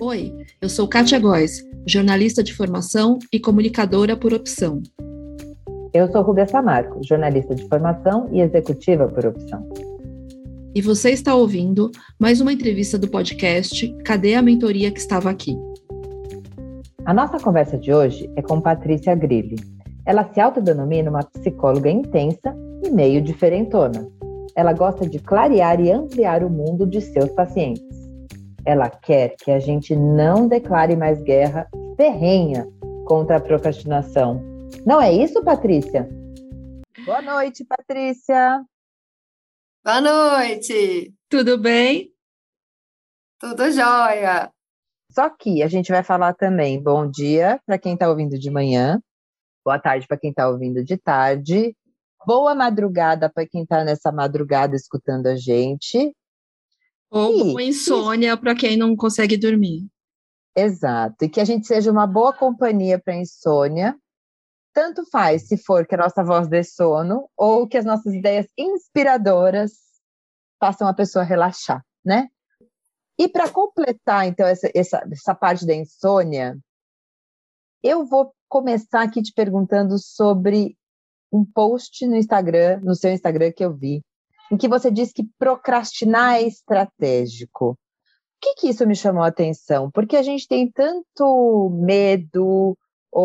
Oi, eu sou Kátia Góes, jornalista de formação e comunicadora por opção. Eu sou Rúbia Samarco, jornalista de formação e executiva por opção. E você está ouvindo mais uma entrevista do podcast Cadê a Mentoria que estava aqui? A nossa conversa de hoje é com Patrícia Grilli. Ela se autodenomina uma psicóloga intensa e meio diferentona. Ela gosta de clarear e ampliar o mundo de seus pacientes. Ela quer que a gente não declare mais guerra ferrenha contra a procrastinação. Não é isso, Patrícia? Boa noite, Patrícia. Boa noite. Tudo bem? Tudo jóia. Só que a gente vai falar também bom dia para quem está ouvindo de manhã, boa tarde para quem está ouvindo de tarde, boa madrugada para quem está nessa madrugada escutando a gente. Ou boa insônia para quem não consegue dormir. Exato, e que a gente seja uma boa companhia para insônia. Tanto faz se for que a nossa voz dê sono ou que as nossas ideias inspiradoras façam a pessoa relaxar, né? E para completar, então, essa parte da insônia, eu vou começar aqui te perguntando sobre um post no Instagram, no seu Instagram que eu vi, em que você disse que procrastinar é estratégico. Por que isso me chamou a atenção? Porque a gente tem tanto medo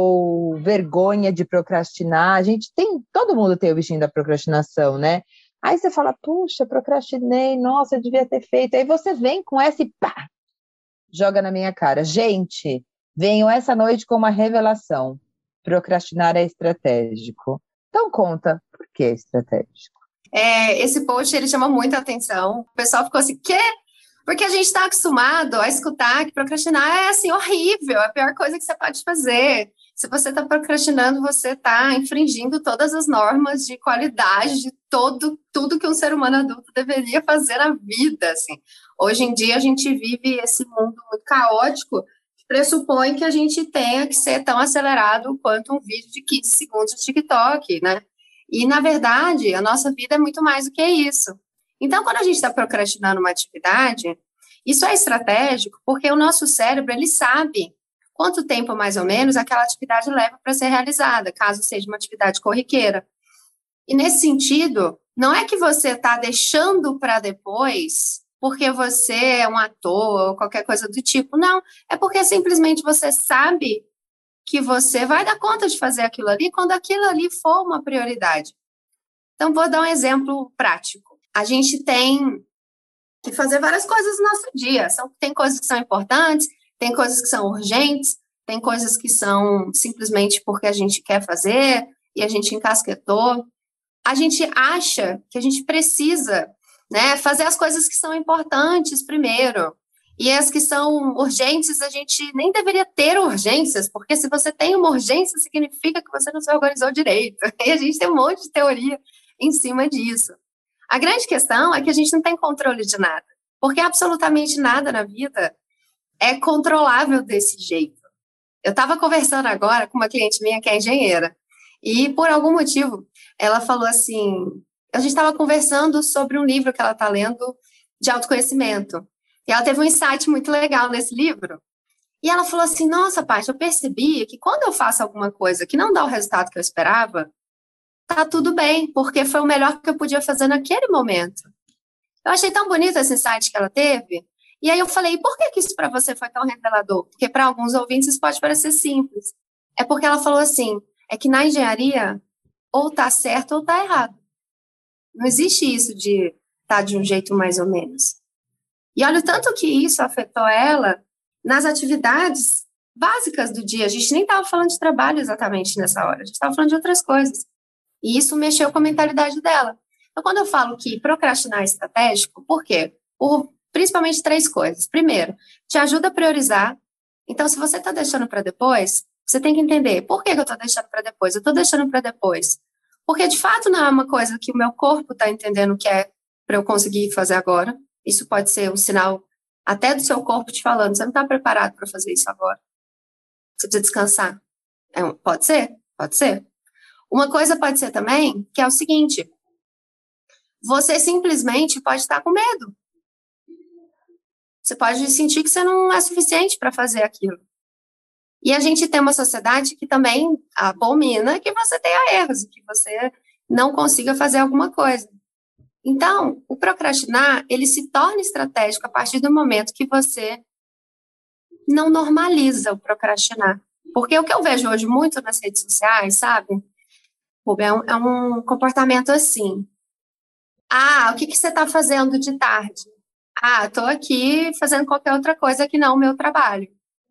ou vergonha de procrastinar, todo mundo tem o bichinho da procrastinação, né? Aí você fala, puxa, procrastinei, nossa, eu devia ter feito. Aí você vem com essa e pá, joga na minha cara. Gente, venho essa noite com uma revelação. Procrastinar é estratégico. Então conta, por que é estratégico? Esse post, ele chama muita atenção. O pessoal ficou assim, quê? Porque a gente está acostumado a escutar que procrastinar é, assim, horrível, é a pior coisa que você pode fazer. Se você está procrastinando, você está infringindo todas as normas de qualidade de tudo que um ser humano adulto deveria fazer na vida, assim. Hoje em dia, a gente vive esse mundo muito caótico que pressupõe que a gente tenha que ser tão acelerado quanto um vídeo de 15 segundos de TikTok, né? E, na verdade, a nossa vida é muito mais do que isso. Então, quando a gente está procrastinando uma atividade, isso é estratégico porque o nosso cérebro, ele sabe quanto tempo, mais ou menos, aquela atividade leva para ser realizada, caso seja uma atividade corriqueira. E, nesse sentido, não é que você está deixando para depois porque você é um ator ou qualquer coisa do tipo, não. É porque simplesmente você sabe que você vai dar conta de fazer aquilo ali quando aquilo ali for uma prioridade. Então, vou dar um exemplo prático. A gente tem que fazer várias coisas no nosso dia. Tem coisas que são importantes, tem coisas que são urgentes, tem coisas que são simplesmente porque a gente quer fazer e a gente encasquetou. A gente acha que a gente precisa, né, fazer as coisas que são importantes primeiro. E as que são urgentes, a gente nem deveria ter urgências, porque se você tem uma urgência, significa que você não se organizou direito. E a gente tem um monte de teoria em cima disso. A grande questão é que a gente não tem controle de nada, porque absolutamente nada na vida é controlável desse jeito. Eu estava conversando agora com uma cliente minha que é engenheira, e por algum motivo ela falou assim, a gente estava conversando sobre um livro que ela está lendo de autoconhecimento, e ela teve um insight muito legal nesse livro, e ela falou assim, nossa, Paty, eu percebi que quando eu faço alguma coisa que não dá o resultado que eu esperava, tá tudo bem, porque foi o melhor que eu podia fazer naquele momento. Eu achei tão bonito esse insight que ela teve, e aí eu falei, por que isso para você foi tão revelador? Porque para alguns ouvintes isso pode parecer simples. É porque ela falou assim, é que na engenharia, ou tá certo ou tá errado. Não existe isso de tá de um jeito mais ou menos. E olha o tanto que isso afetou ela nas atividades básicas do dia. A gente nem estava falando de trabalho exatamente nessa hora, a gente estava falando de outras coisas. E isso mexeu com a mentalidade dela. Então, quando eu falo que procrastinar é estratégico, por quê? Por principalmente 3 coisas. Primeiro, te ajuda a priorizar. Então, se você está deixando para depois, você tem que entender por que eu estou deixando para depois. Eu estou deixando para depois porque, de fato, não é uma coisa que o meu corpo está entendendo que é para eu conseguir fazer agora. Isso pode ser um sinal até do seu corpo te falando, você não está preparado para fazer isso agora. Você precisa descansar. Pode ser? Pode ser. Uma coisa pode ser também, que é o seguinte, você simplesmente pode estar com medo. Você pode sentir que você não é suficiente para fazer aquilo. E a gente tem uma sociedade que também abomina que você tenha erros, que você não consiga fazer alguma coisa. Então, o procrastinar, ele se torna estratégico a partir do momento que você não normaliza o procrastinar. Porque o que eu vejo hoje muito nas redes sociais, sabe, Rubem, é um comportamento assim. O que você está fazendo de tarde? Estou aqui fazendo qualquer outra coisa que não o meu trabalho.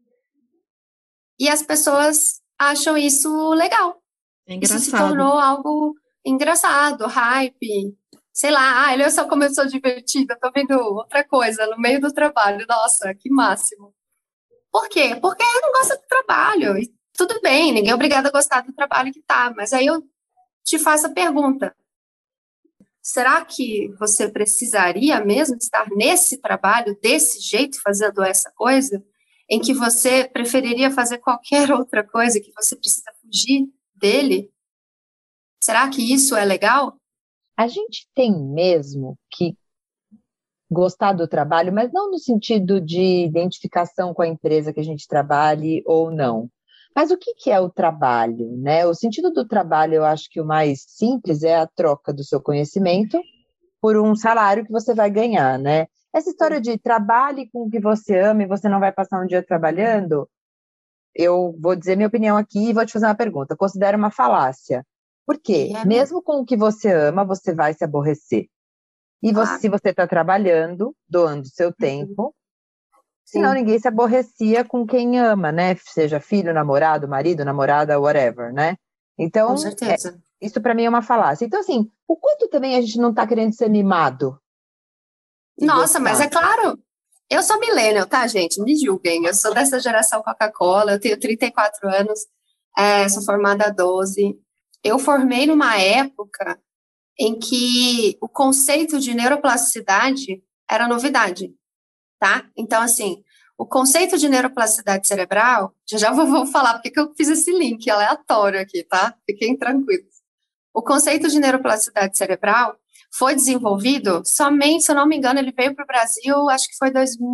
E as pessoas acham isso legal. É engraçado. Isso se tornou algo engraçado, hype. Sei lá, olha só como eu sou divertida, tô vendo outra coisa no meio do trabalho. Nossa, que máximo. Por quê? Porque eu não gosto do trabalho. E tudo bem, ninguém é obrigado a gostar do trabalho que tá. Mas aí eu te faço a pergunta. Será que você precisaria mesmo estar nesse trabalho, desse jeito, fazendo essa coisa, em que você preferiria fazer qualquer outra coisa, que você precisa fugir dele? Será que isso é legal? A gente tem mesmo que gostar do trabalho, mas não no sentido de identificação com a empresa que a gente trabalhe ou não. Mas o que é o trabalho, né? O sentido do trabalho, eu acho que o mais simples é a troca do seu conhecimento por um salário que você vai ganhar, né? Essa história de trabalhe com o que você ama e você não vai passar um dia trabalhando, eu vou dizer minha opinião aqui e vou te fazer uma pergunta. Considero uma falácia. Por quê? Mesmo com o que você ama, você vai se aborrecer. E se você está trabalhando, doando seu tempo, senão ninguém se aborrecia com quem ama, né? Seja filho, namorado, marido, namorada, whatever, né? Então, com certeza. Isso para mim é uma falácia. Então, assim, o quanto também a gente não está querendo ser mimado? Nossa, mas é claro, eu sou millennial, tá, gente? Me julguem, eu sou dessa geração Coca-Cola, eu tenho 34 anos, sou formada há 12. Eu formei numa época em que o conceito de neuroplasticidade era novidade, tá? Então, assim, o conceito de neuroplasticidade cerebral, já vou falar porque que eu fiz esse link aleatório aqui, tá? Fiquem tranquilos. O conceito de neuroplasticidade cerebral foi desenvolvido somente, se eu não me engano, ele veio para o Brasil, acho que foi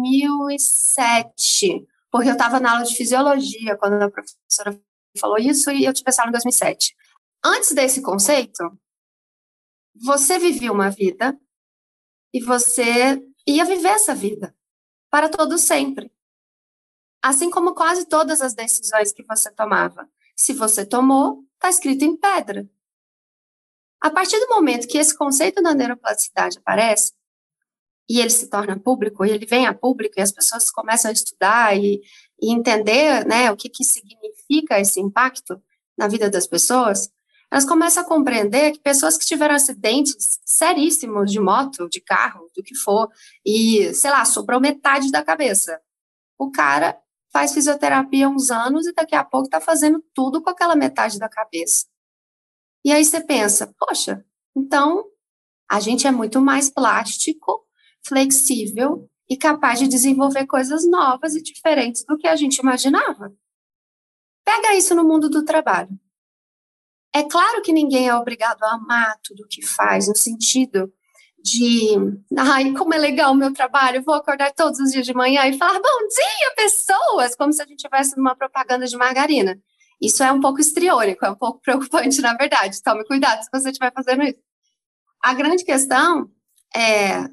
2007, porque eu estava na aula de fisiologia quando a professora falou isso e eu tive essa aula em 2007. Antes desse conceito, você vivia uma vida e você ia viver essa vida para todo sempre. Assim como quase todas as decisões que você tomava. Se você tomou, está escrito em pedra. A partir do momento que esse conceito da neuroplasticidade aparece, e ele se torna público, e ele vem a público, e as pessoas começam a estudar e entender, né, o que significa esse impacto na vida das pessoas, elas começam a compreender que pessoas que tiveram acidentes seríssimos de moto, de carro, do que for, e, sei lá, sobrou metade da cabeça. O cara faz fisioterapia há uns anos e daqui a pouco está fazendo tudo com aquela metade da cabeça. E aí você pensa, poxa, então a gente é muito mais plástico, flexível e capaz de desenvolver coisas novas e diferentes do que a gente imaginava. Pega isso no mundo do trabalho. É claro que ninguém é obrigado a amar tudo o que faz, no sentido de, como é legal o meu trabalho, vou acordar todos os dias de manhã e falar, bom dia, pessoas, como se a gente estivesse numa propaganda de margarina. Isso é um pouco histriônico, é um pouco preocupante, na verdade. Tome cuidado se você estiver fazendo isso. A grande questão é,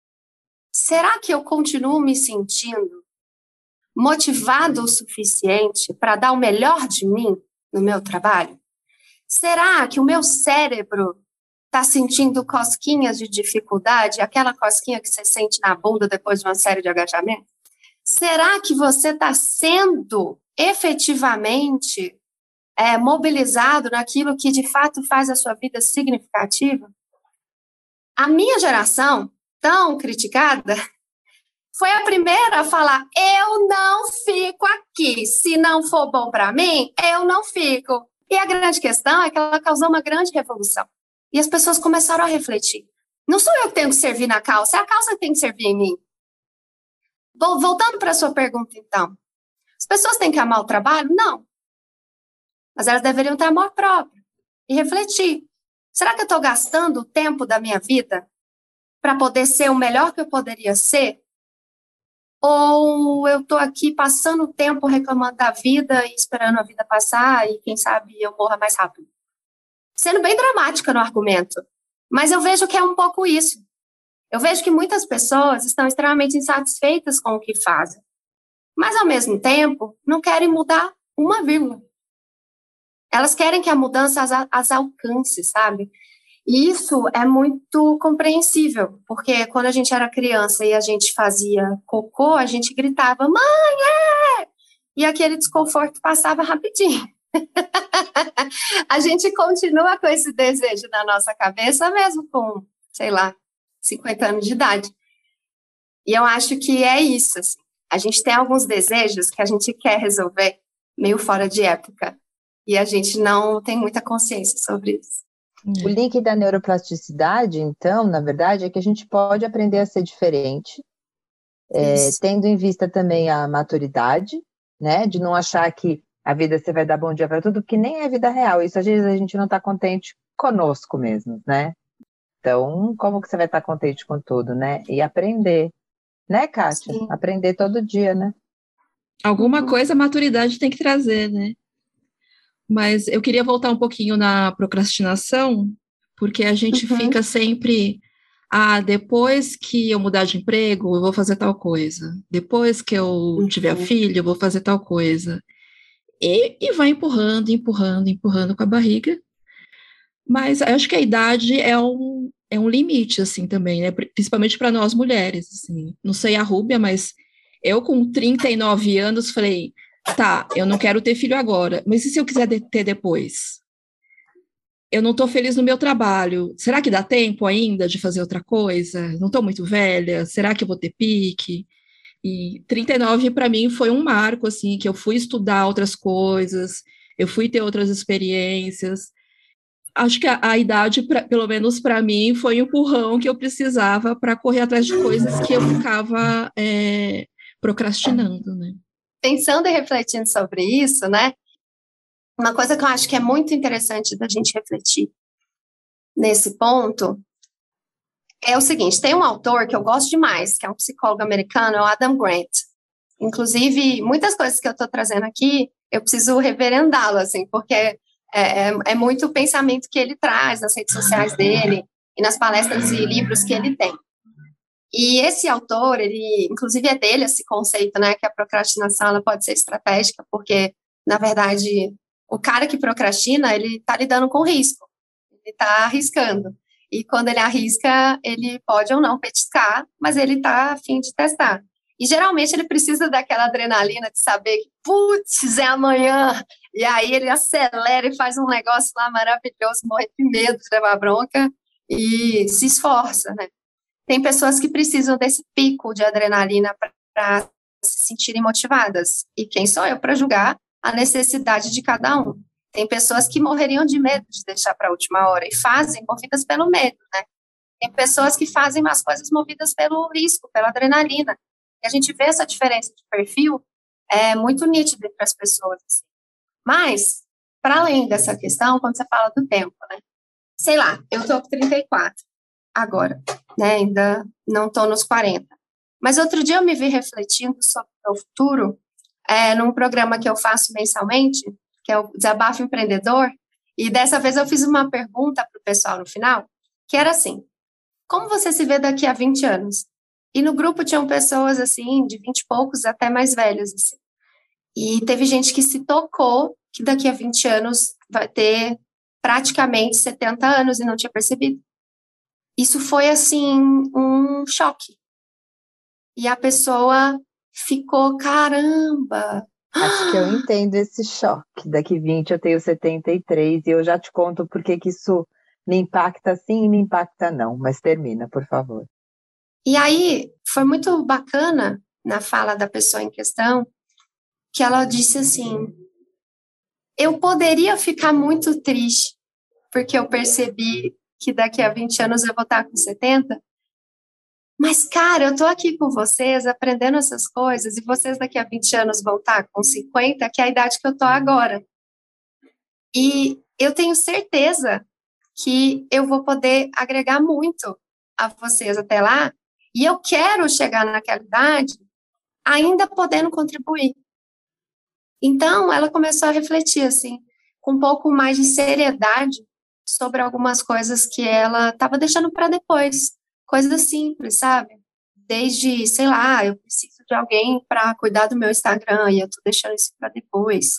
será que eu continuo me sentindo motivado o suficiente para dar o melhor de mim no meu trabalho? Será que o meu cérebro está sentindo cosquinhas de dificuldade, aquela cosquinha que você sente na bunda depois de uma série de agachamentos? Será que você está sendo efetivamente mobilizado naquilo que de fato faz a sua vida significativa? A minha geração, tão criticada, foi a primeira a falar, eu não fico aqui, se não for bom para mim, eu não fico. E a grande questão é que ela causou uma grande revolução. E as pessoas começaram a refletir. Não sou eu que tenho que servir na causa, é a causa que tem que servir em mim. Voltando para a sua pergunta, então. As pessoas têm que amar o trabalho? Não. Mas elas deveriam ter amor próprio e refletir. Será que eu estou gastando o tempo da minha vida para poder ser o melhor que eu poderia ser? ou eu estou aqui passando o tempo reclamando da vida e esperando a vida passar e quem sabe eu morra mais rápido. Sendo bem dramática no argumento, mas eu vejo que é um pouco isso. Eu vejo que muitas pessoas estão extremamente insatisfeitas com o que fazem, mas ao mesmo tempo não querem mudar uma vírgula. Elas querem que a mudança as alcance, sabe? E isso é muito compreensível, porque quando a gente era criança e a gente fazia cocô, a gente gritava, mãe, é! E aquele desconforto passava rapidinho. A gente continua com esse desejo na nossa cabeça, mesmo com, sei lá, 50 anos de idade. E eu acho que é isso, assim. A gente tem alguns desejos que a gente quer resolver meio fora de época, e a gente não tem muita consciência sobre isso. O link da neuroplasticidade, então, na verdade, é que a gente pode aprender a ser diferente, tendo em vista também a maturidade, né, de não achar que a vida você vai dar bom dia para tudo, porque nem é vida real. Isso às vezes a gente não está contente conosco mesmo, né? Então, como que você vai estar contente com tudo, né? E aprender, né, Kátia? Sim. Aprender todo dia, né? Alguma coisa a maturidade tem que trazer, né? Mas eu queria voltar um pouquinho na procrastinação, porque a gente fica sempre, depois que eu mudar de emprego, eu vou fazer tal coisa. Depois que eu tiver filho, eu vou fazer tal coisa. E vai empurrando com a barriga. Mas eu acho que a idade é um limite, assim, também, né? Principalmente para nós mulheres, assim. Não sei a Rúbia, mas eu com 39 anos falei, tá, eu não quero ter filho agora, mas e se eu quiser ter depois? Eu não estou feliz no meu trabalho. Será que dá tempo ainda de fazer outra coisa? Não estou muito velha? Será que eu vou ter pique? E 39 para mim foi um marco, assim, que eu fui estudar outras coisas, eu fui ter outras experiências. Acho que a idade, pelo menos para mim, foi o empurrão que eu precisava para correr atrás de coisas que eu ficava procrastinando, né? Pensando e refletindo sobre isso, né? Uma coisa que eu acho que é muito interessante da gente refletir nesse ponto é o seguinte, tem um autor que eu gosto demais, que é um psicólogo americano, é o Adam Grant. Inclusive, muitas coisas que eu estou trazendo aqui, eu preciso reverendá-lo, assim, porque é muito o pensamento que ele traz nas redes sociais dele e nas palestras e livros que ele tem. E esse autor, ele, inclusive é dele esse conceito, né, que a procrastinação ela pode ser estratégica, porque, na verdade, o cara que procrastina, ele está lidando com risco, ele está arriscando. E quando ele arrisca, ele pode ou não petiscar, mas ele está a fim de testar. E geralmente ele precisa daquela adrenalina de saber que, putz, é amanhã. E aí ele acelera e faz um negócio lá maravilhoso, morre de medo de levar bronca e se esforça, né? Tem pessoas que precisam desse pico de adrenalina para se sentirem motivadas. E quem sou eu para julgar a necessidade de cada um? Tem pessoas que morreriam de medo de deixar para a última hora e fazem movidas pelo medo, né? Tem pessoas que fazem as coisas movidas pelo risco, pela adrenalina. E a gente vê essa diferença de perfil muito nítida entre as pessoas. Assim. Mas, para além dessa questão, quando você fala do tempo, né? Sei lá, eu estou com 34 agora, né? Ainda não estou nos 40. Mas outro dia eu me vi refletindo sobre o meu futuro num programa que eu faço mensalmente, que é o Desabafo Empreendedor, e dessa vez eu fiz uma pergunta para o pessoal no final, que era assim, como você se vê daqui a 20 anos? E no grupo tinham pessoas, assim, de 20 e poucos até mais velhas, assim. E teve gente que se tocou que daqui a 20 anos vai ter praticamente 70 anos e não tinha percebido. Isso foi, assim, um choque. E a pessoa ficou, caramba! Acho que eu entendo esse choque. Daqui 20 eu tenho 73 e eu já te conto por que isso me impacta sim e me impacta não. Mas termina, por favor. E aí, foi muito bacana na fala da pessoa em questão, que ela disse assim, eu poderia ficar muito triste, porque eu percebi que daqui a 20 anos eu vou estar com 70, mas, cara, eu tô aqui com vocês, aprendendo essas coisas, e vocês daqui a 20 anos vão estar com 50, que é a idade que eu tô agora. E eu tenho certeza que eu vou poder agregar muito a vocês até lá, e eu quero chegar naquela idade ainda podendo contribuir. Então, ela começou a refletir, assim, com um pouco mais de seriedade sobre algumas coisas que ela estava deixando para depois. Coisas simples, sabe? Desde, sei lá, eu preciso de alguém para cuidar do meu Instagram e eu estou deixando isso para depois.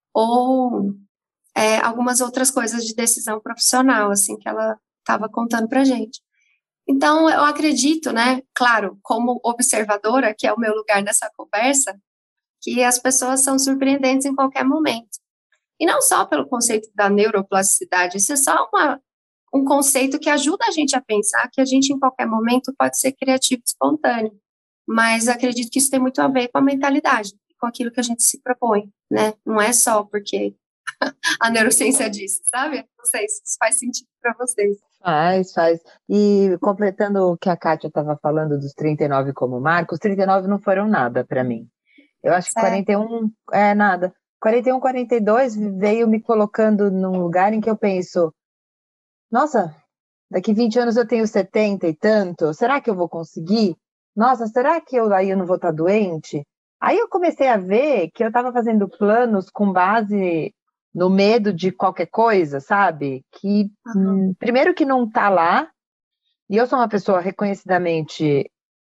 Ou algumas outras coisas de decisão profissional, assim, que ela estava contando para gente. Então, eu acredito, né, claro, como observadora, que é o meu lugar nessa conversa, que as pessoas são surpreendentes em qualquer momento. E não só pelo conceito da neuroplasticidade, isso é só um conceito que ajuda a gente a pensar que a gente, em qualquer momento, pode ser criativo e espontâneo. Mas acredito que isso tem muito a ver com a mentalidade, com aquilo que a gente se propõe, né? Não é só porque a neurociência disse, sabe? Não sei se isso faz sentido para vocês. Faz. E completando o que a Kátia estava falando dos 39 como marco, os 39 não foram nada para mim. Eu acho que 41 é nada. 41, 42 veio me colocando num lugar em que eu penso, nossa, daqui 20 anos eu tenho 70 e tanto, será que eu vou conseguir? Nossa, será que aí eu não vou estar doente? Aí eu comecei a ver que eu estava fazendo planos com base no medo de qualquer coisa, sabe? Que, primeiro que não está lá, e eu sou uma pessoa reconhecidamente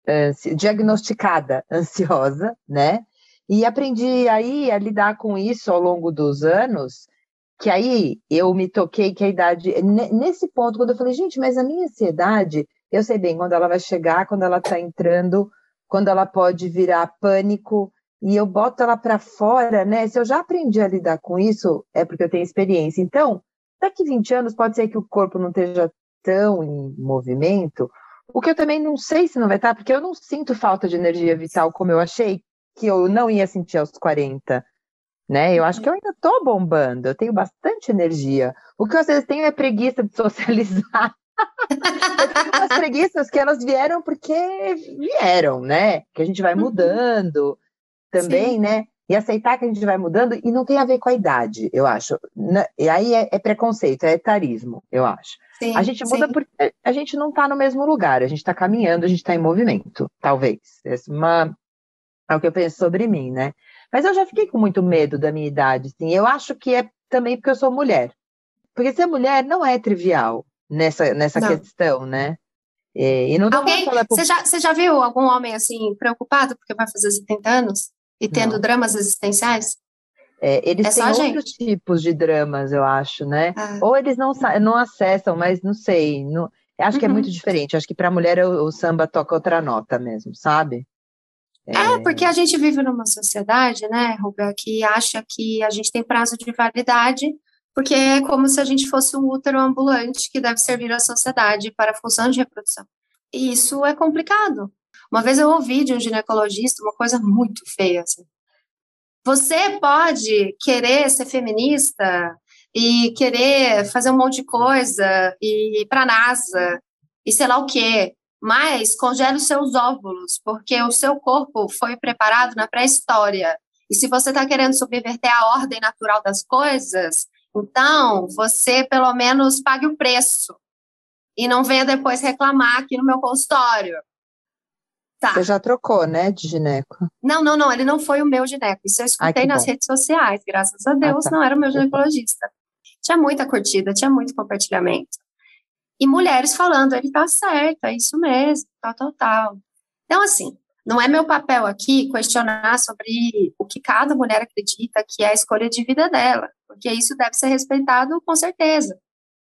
diagnosticada ansiosa, né? E aprendi aí a lidar com isso ao longo dos anos, que aí eu me toquei que a idade... Nesse ponto, quando eu falei, gente, mas a minha ansiedade, eu sei bem quando ela vai chegar, quando ela está entrando, quando ela pode virar pânico, e eu boto ela para fora, né? Se eu já aprendi a lidar com isso, é porque eu tenho experiência. Então, daqui 20 anos, pode ser que o corpo não esteja tão em movimento, o que eu também não sei se não vai estar, porque eu não sinto falta de energia vital como eu achei que eu não ia sentir aos 40, né? Eu acho que eu ainda estou bombando, eu tenho bastante energia. O que eu às vezes tenho é preguiça de socializar. Eu tenho umas preguiças que elas vieram porque vieram, né? Que a gente vai mudando também, né? E aceitar que a gente vai mudando e não tem a ver com a idade, eu acho. E aí é preconceito, é etarismo, eu acho. Sim, a gente muda porque a gente não está no mesmo lugar, a gente está caminhando, a gente está em movimento, talvez. É o que eu penso sobre mim, né? Mas eu já fiquei com muito medo da minha idade, sim. Eu acho que é também porque eu sou mulher. Porque ser mulher não é trivial nessa questão, né? E não Alguém, você já viu algum homem assim preocupado porque vai fazer 70 anos e tendo dramas existenciais? Eles têm outros tipos de dramas, eu acho, né? Ou eles não acessam, mas não sei. Acho que é muito diferente. Acho que para a mulher o samba toca outra nota mesmo, sabe? Porque a gente vive numa sociedade, né, Ruga, que acha que a gente tem prazo de validade, porque é como se a gente fosse um útero ambulante que deve servir à sociedade para a função de reprodução. E isso é complicado. Uma vez eu ouvi de um ginecologista uma coisa muito feia, assim. Você pode querer ser feminista e querer fazer um monte de coisa e ir para a NASA e sei lá o quê, mas congele os seus óvulos, porque o seu corpo foi preparado na pré-história. E se você está querendo subverter a ordem natural das coisas, então você pelo menos pague o preço e não venha depois reclamar aqui no meu consultório. Tá. Você já trocou, né, de gineco? Não, ele não foi o meu gineco. Isso eu escutei nas redes sociais, graças a Deus, não era o meu ginecologista. Tinha muita curtida, tinha muito compartilhamento. E mulheres falando, ele tá certo, é isso mesmo, tal. Então, assim, não é meu papel aqui questionar sobre o que cada mulher acredita que é a escolha de vida dela, porque isso deve ser respeitado com certeza.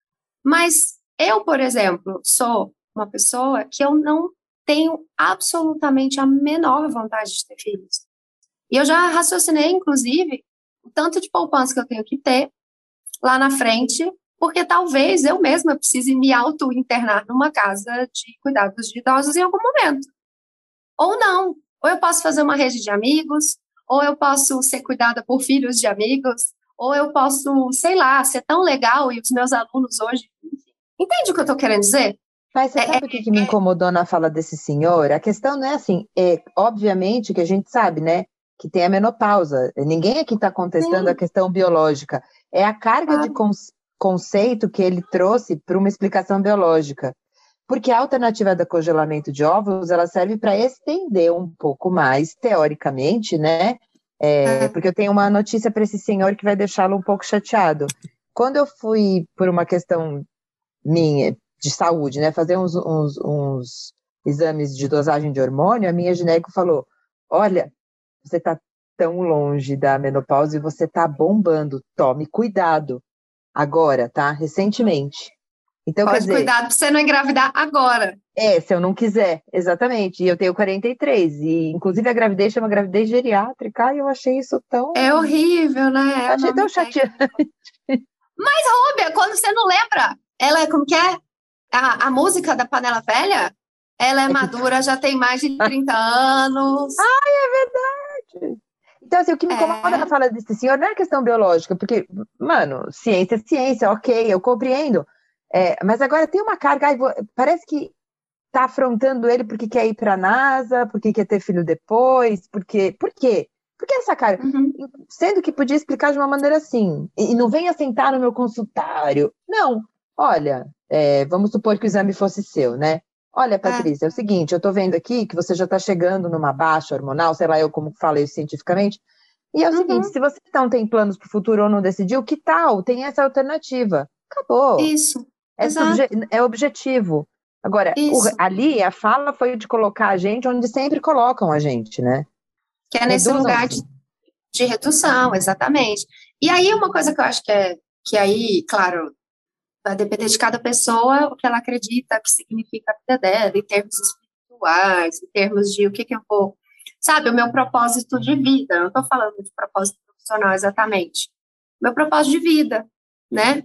Mas eu, por exemplo, sou uma pessoa que eu não tenho absolutamente a menor vontade de ter filhos. E eu já raciocinei, inclusive, o tanto de poupança que eu tenho que ter lá na frente, porque talvez eu mesma precise me auto-internar numa casa de cuidados de idosos em algum momento. Ou não. Ou eu posso fazer uma rede de amigos, ou eu posso ser cuidada por filhos de amigos, ou eu posso, sei lá, ser tão legal e os meus alunos hoje... Entende o que eu estou querendo dizer? Mas você sabe o que me incomodou na fala desse senhor? A questão não é assim, obviamente que a gente sabe, né, que tem a menopausa. Ninguém aqui está contestando a questão biológica. É a carga de conceito que ele trouxe para uma explicação biológica. Porque a alternativa do congelamento de óvulos, ela serve para estender um pouco mais, teoricamente, né? Porque eu tenho uma notícia para esse senhor que vai deixá-lo um pouco chateado. Quando eu fui, por uma questão minha, de saúde, né, fazer uns exames de dosagem de hormônio, a minha gineco falou, olha, você está tão longe da menopausa e você está bombando, tome cuidado. Agora, tá? Recentemente. Então, Pode quer dizer, cuidar para você não engravidar agora. se eu não quiser, exatamente. E eu tenho 43, e inclusive a gravidez chama gravidez geriátrica, e eu achei isso tão... É horrível, né? Eu achei tão chateante. Mas, Rúbia, quando você não lembra, ela é como que é? A música da Panela Velha? Ela é madura, já tem mais de 30 anos. Ai, é verdade. Então, assim, o que me incomoda na fala desse senhor não é questão biológica, porque, mano, ciência é ciência, ok, eu compreendo. Mas agora tem uma carga, parece que tá afrontando ele porque quer ir para a NASA, porque quer ter filho depois, por quê? Por quê? Por que essa carga? Sendo que podia explicar de uma maneira assim, e não venha sentar no meu consultório. Não, olha, vamos supor que o exame fosse seu, né? Olha, Patrícia, é o seguinte, eu tô vendo aqui que você já tá chegando numa baixa hormonal, sei lá eu como falei cientificamente, e é o seguinte, se você não tem planos para o futuro ou não decidiu, que tal? Tem essa alternativa. Acabou. Isso, é objetivo. Agora, ali a fala foi de colocar a gente onde sempre colocam a gente, né? Que é nesse lugar de redução, exatamente. E aí uma coisa que eu acho que aí, claro, vai depender de cada pessoa, o que ela acredita que significa a vida dela, em termos espirituais, em termos de o que eu vou... Sabe, o meu propósito de vida, eu não estou falando de propósito profissional exatamente. Meu propósito de vida, né?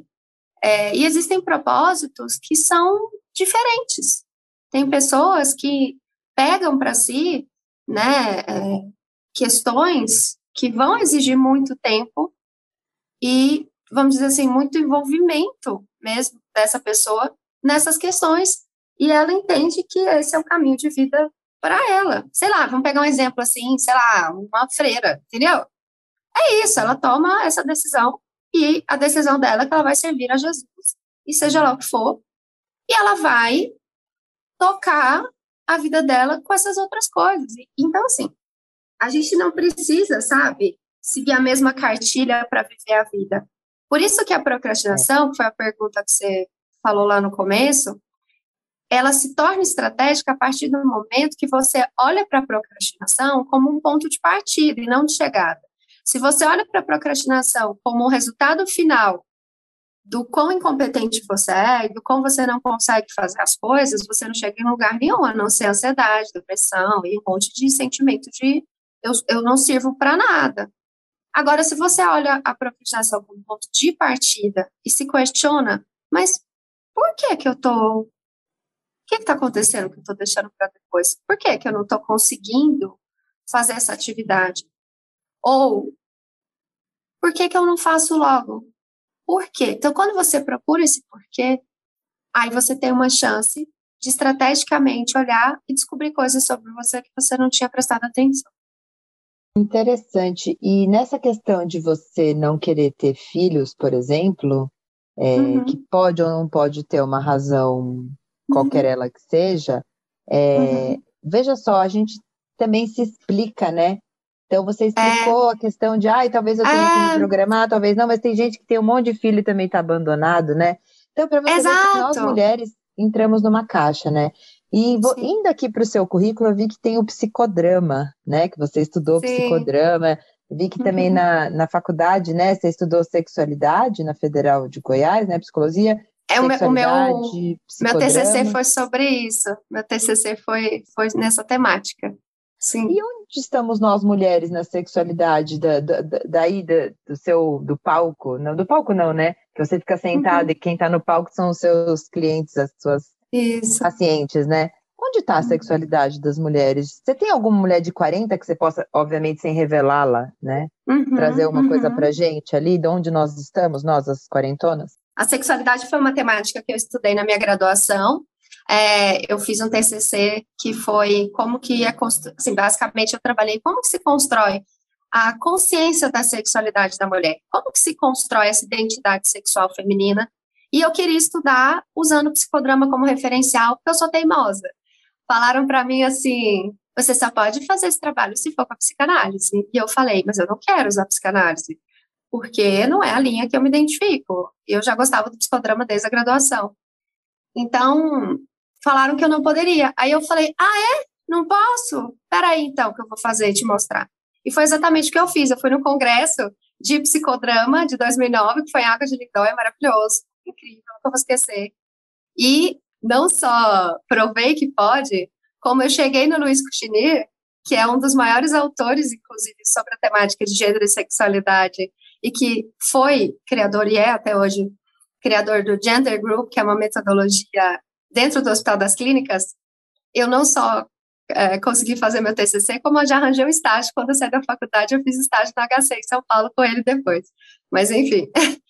E existem propósitos que são diferentes. Tem pessoas que pegam para si, né, questões que vão exigir muito tempo e, vamos dizer assim, muito envolvimento mesmo dessa pessoa nessas questões, e ela entende que esse é o caminho de vida para ela. Sei lá, vamos pegar um exemplo assim, sei lá, uma freira, entendeu? É isso, ela toma essa decisão, e a decisão dela é que ela vai servir a Jesus, e seja lá o que for, e ela vai tocar a vida dela com essas outras coisas. Então, assim, a gente não precisa, sabe, seguir a mesma cartilha para viver a vida. Por isso que a procrastinação, que foi a pergunta que você falou lá no começo, ela se torna estratégica a partir do momento que você olha para a procrastinação como um ponto de partida e não de chegada. Se você olha para a procrastinação como um resultado final do quão incompetente você é e do quão você não consegue fazer as coisas, você não chega em lugar nenhum, a não ser ansiedade, depressão e um monte de sentimento de eu não sirvo para nada. Agora, se você olha a procrastinação como ponto de partida e se questiona, mas por que eu tô... O que está acontecendo que eu estou deixando para depois? Por que eu não estou conseguindo fazer essa atividade? Ou, por que eu não faço logo? Por quê? Então, quando você procura esse porquê, aí você tem uma chance de estrategicamente olhar e descobrir coisas sobre você que você não tinha prestado atenção. Interessante. E nessa questão de você não querer ter filhos, por exemplo, que pode ou não pode ter uma razão, qualquer ela que seja, veja só, a gente também se explica, né? Então você explicou a questão de, talvez eu tenha que me programar, talvez não, mas tem gente que tem um monte de filho e também está abandonado, né? Então, para você ver que nós mulheres entramos numa caixa, né? E indo aqui para o seu currículo, eu vi que tem o psicodrama, né? Que você estudou psicodrama. Vi que também na faculdade, né? Você estudou sexualidade na Federal de Goiás, né? Psicologia. Meu TCC foi sobre isso. Meu TCC foi nessa temática. Sim. E onde estamos nós mulheres na sexualidade do palco? Não, do palco não, né? Que você fica sentada e quem está no palco são os seus clientes, as suas pacientes, né? Onde está a sexualidade das mulheres? Você tem alguma mulher de 40 que você possa, obviamente, sem revelá-la, né? Trazer uma coisa pra gente ali, de onde nós estamos, nós, as quarentonas? A sexualidade foi uma temática que eu estudei na minha graduação. Eu fiz um TCC que foi como que assim, basicamente eu trabalhei como que se constrói a consciência da sexualidade da mulher, como que se constrói essa identidade sexual feminina E eu queria estudar usando o psicodrama como referencial, porque eu sou teimosa. Falaram para mim assim, você só pode fazer esse trabalho se for com a psicanálise. E eu falei, mas eu não quero usar psicanálise, porque não é a linha que eu me identifico. Eu já gostava do psicodrama desde a graduação. Então, falaram que eu não poderia. Aí eu falei, não posso? Peraí, então, que eu vou fazer e te mostrar. E foi exatamente o que eu fiz. Eu fui no congresso de psicodrama de 2009, que foi em Água de Lindóia, maravilhoso, incrível, nunca vou esquecer. E não só provei que pode, como eu cheguei no Luiz Cuchinir, que é um dos maiores autores, inclusive, sobre a temática de gênero e sexualidade, e que foi criador, e é até hoje, criador do Gender Group, que é uma metodologia dentro do Hospital das Clínicas. Eu não só consegui fazer meu TCC, como eu já arranjei um estágio. Quando eu saí da faculdade, eu fiz estágio na HC em São Paulo com ele depois. Mas, enfim.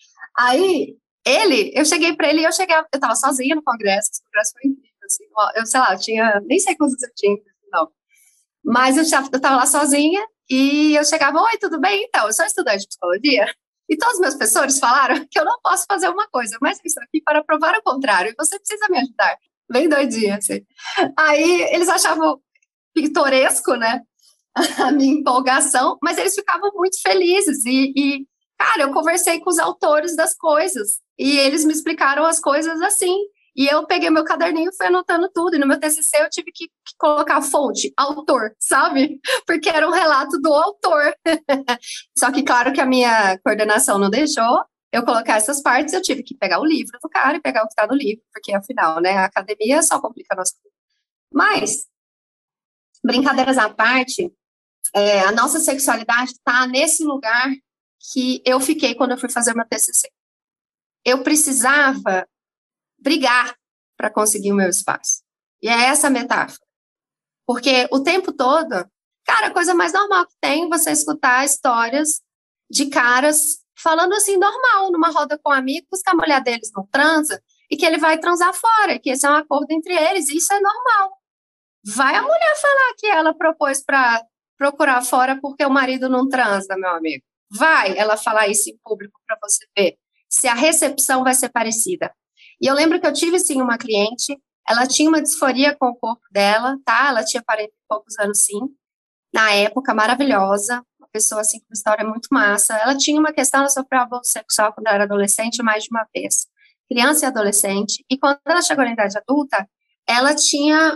Aí, eu cheguei para ele e eu estava sozinha no congresso, o congresso foi incrível, assim, eu sei lá, eu tinha, nem sei quantos eu tinha, não. Mas eu estava lá sozinha e eu chegava, oi, tudo bem? Então, eu sou estudante de psicologia e todos os meus professores falaram que eu não posso fazer uma coisa, mas isso aqui para provar o contrário, e você precisa me ajudar. Bem doidinha, assim. Aí eles achavam pitoresco, né, a minha empolgação, mas eles ficavam muito felizes e, cara, eu conversei com os autores das coisas e eles me explicaram as coisas assim. E eu peguei meu caderninho e fui anotando tudo. E no meu TCC eu tive que colocar fonte, autor, sabe? Porque era um relato do autor. Só que, claro, que a minha coordenação não deixou eu colocar essas partes. Eu tive que pegar o livro do cara e pegar o que está no livro, porque, afinal, né, a academia só complica a nossa vida. Mas, brincadeiras à parte, a nossa sexualidade está nesse lugar que eu fiquei quando eu fui fazer meu TCC. Eu precisava brigar para conseguir o meu espaço. E é essa a metáfora. Porque o tempo todo, cara, a coisa mais normal que tem é você escutar histórias de caras falando assim, normal, numa roda com amigos, que a mulher deles não transa e que ele vai transar fora, que esse é um acordo entre eles, e isso é normal. Vai a mulher falar que ela propôs para procurar fora porque o marido não transa, meu amigo. Vai ela falar isso em público para você ver se a recepção vai ser parecida. E eu lembro que eu tive, sim, uma cliente, ela tinha uma disforia com o corpo dela, tá? Ela tinha 40 e poucos anos, sim, na época, maravilhosa, uma pessoa, assim, com uma história muito massa. Ela tinha uma questão, ela sofreu abuso sexual quando ela era adolescente, mais de uma vez, criança e adolescente, e quando ela chegou na idade adulta, ela tinha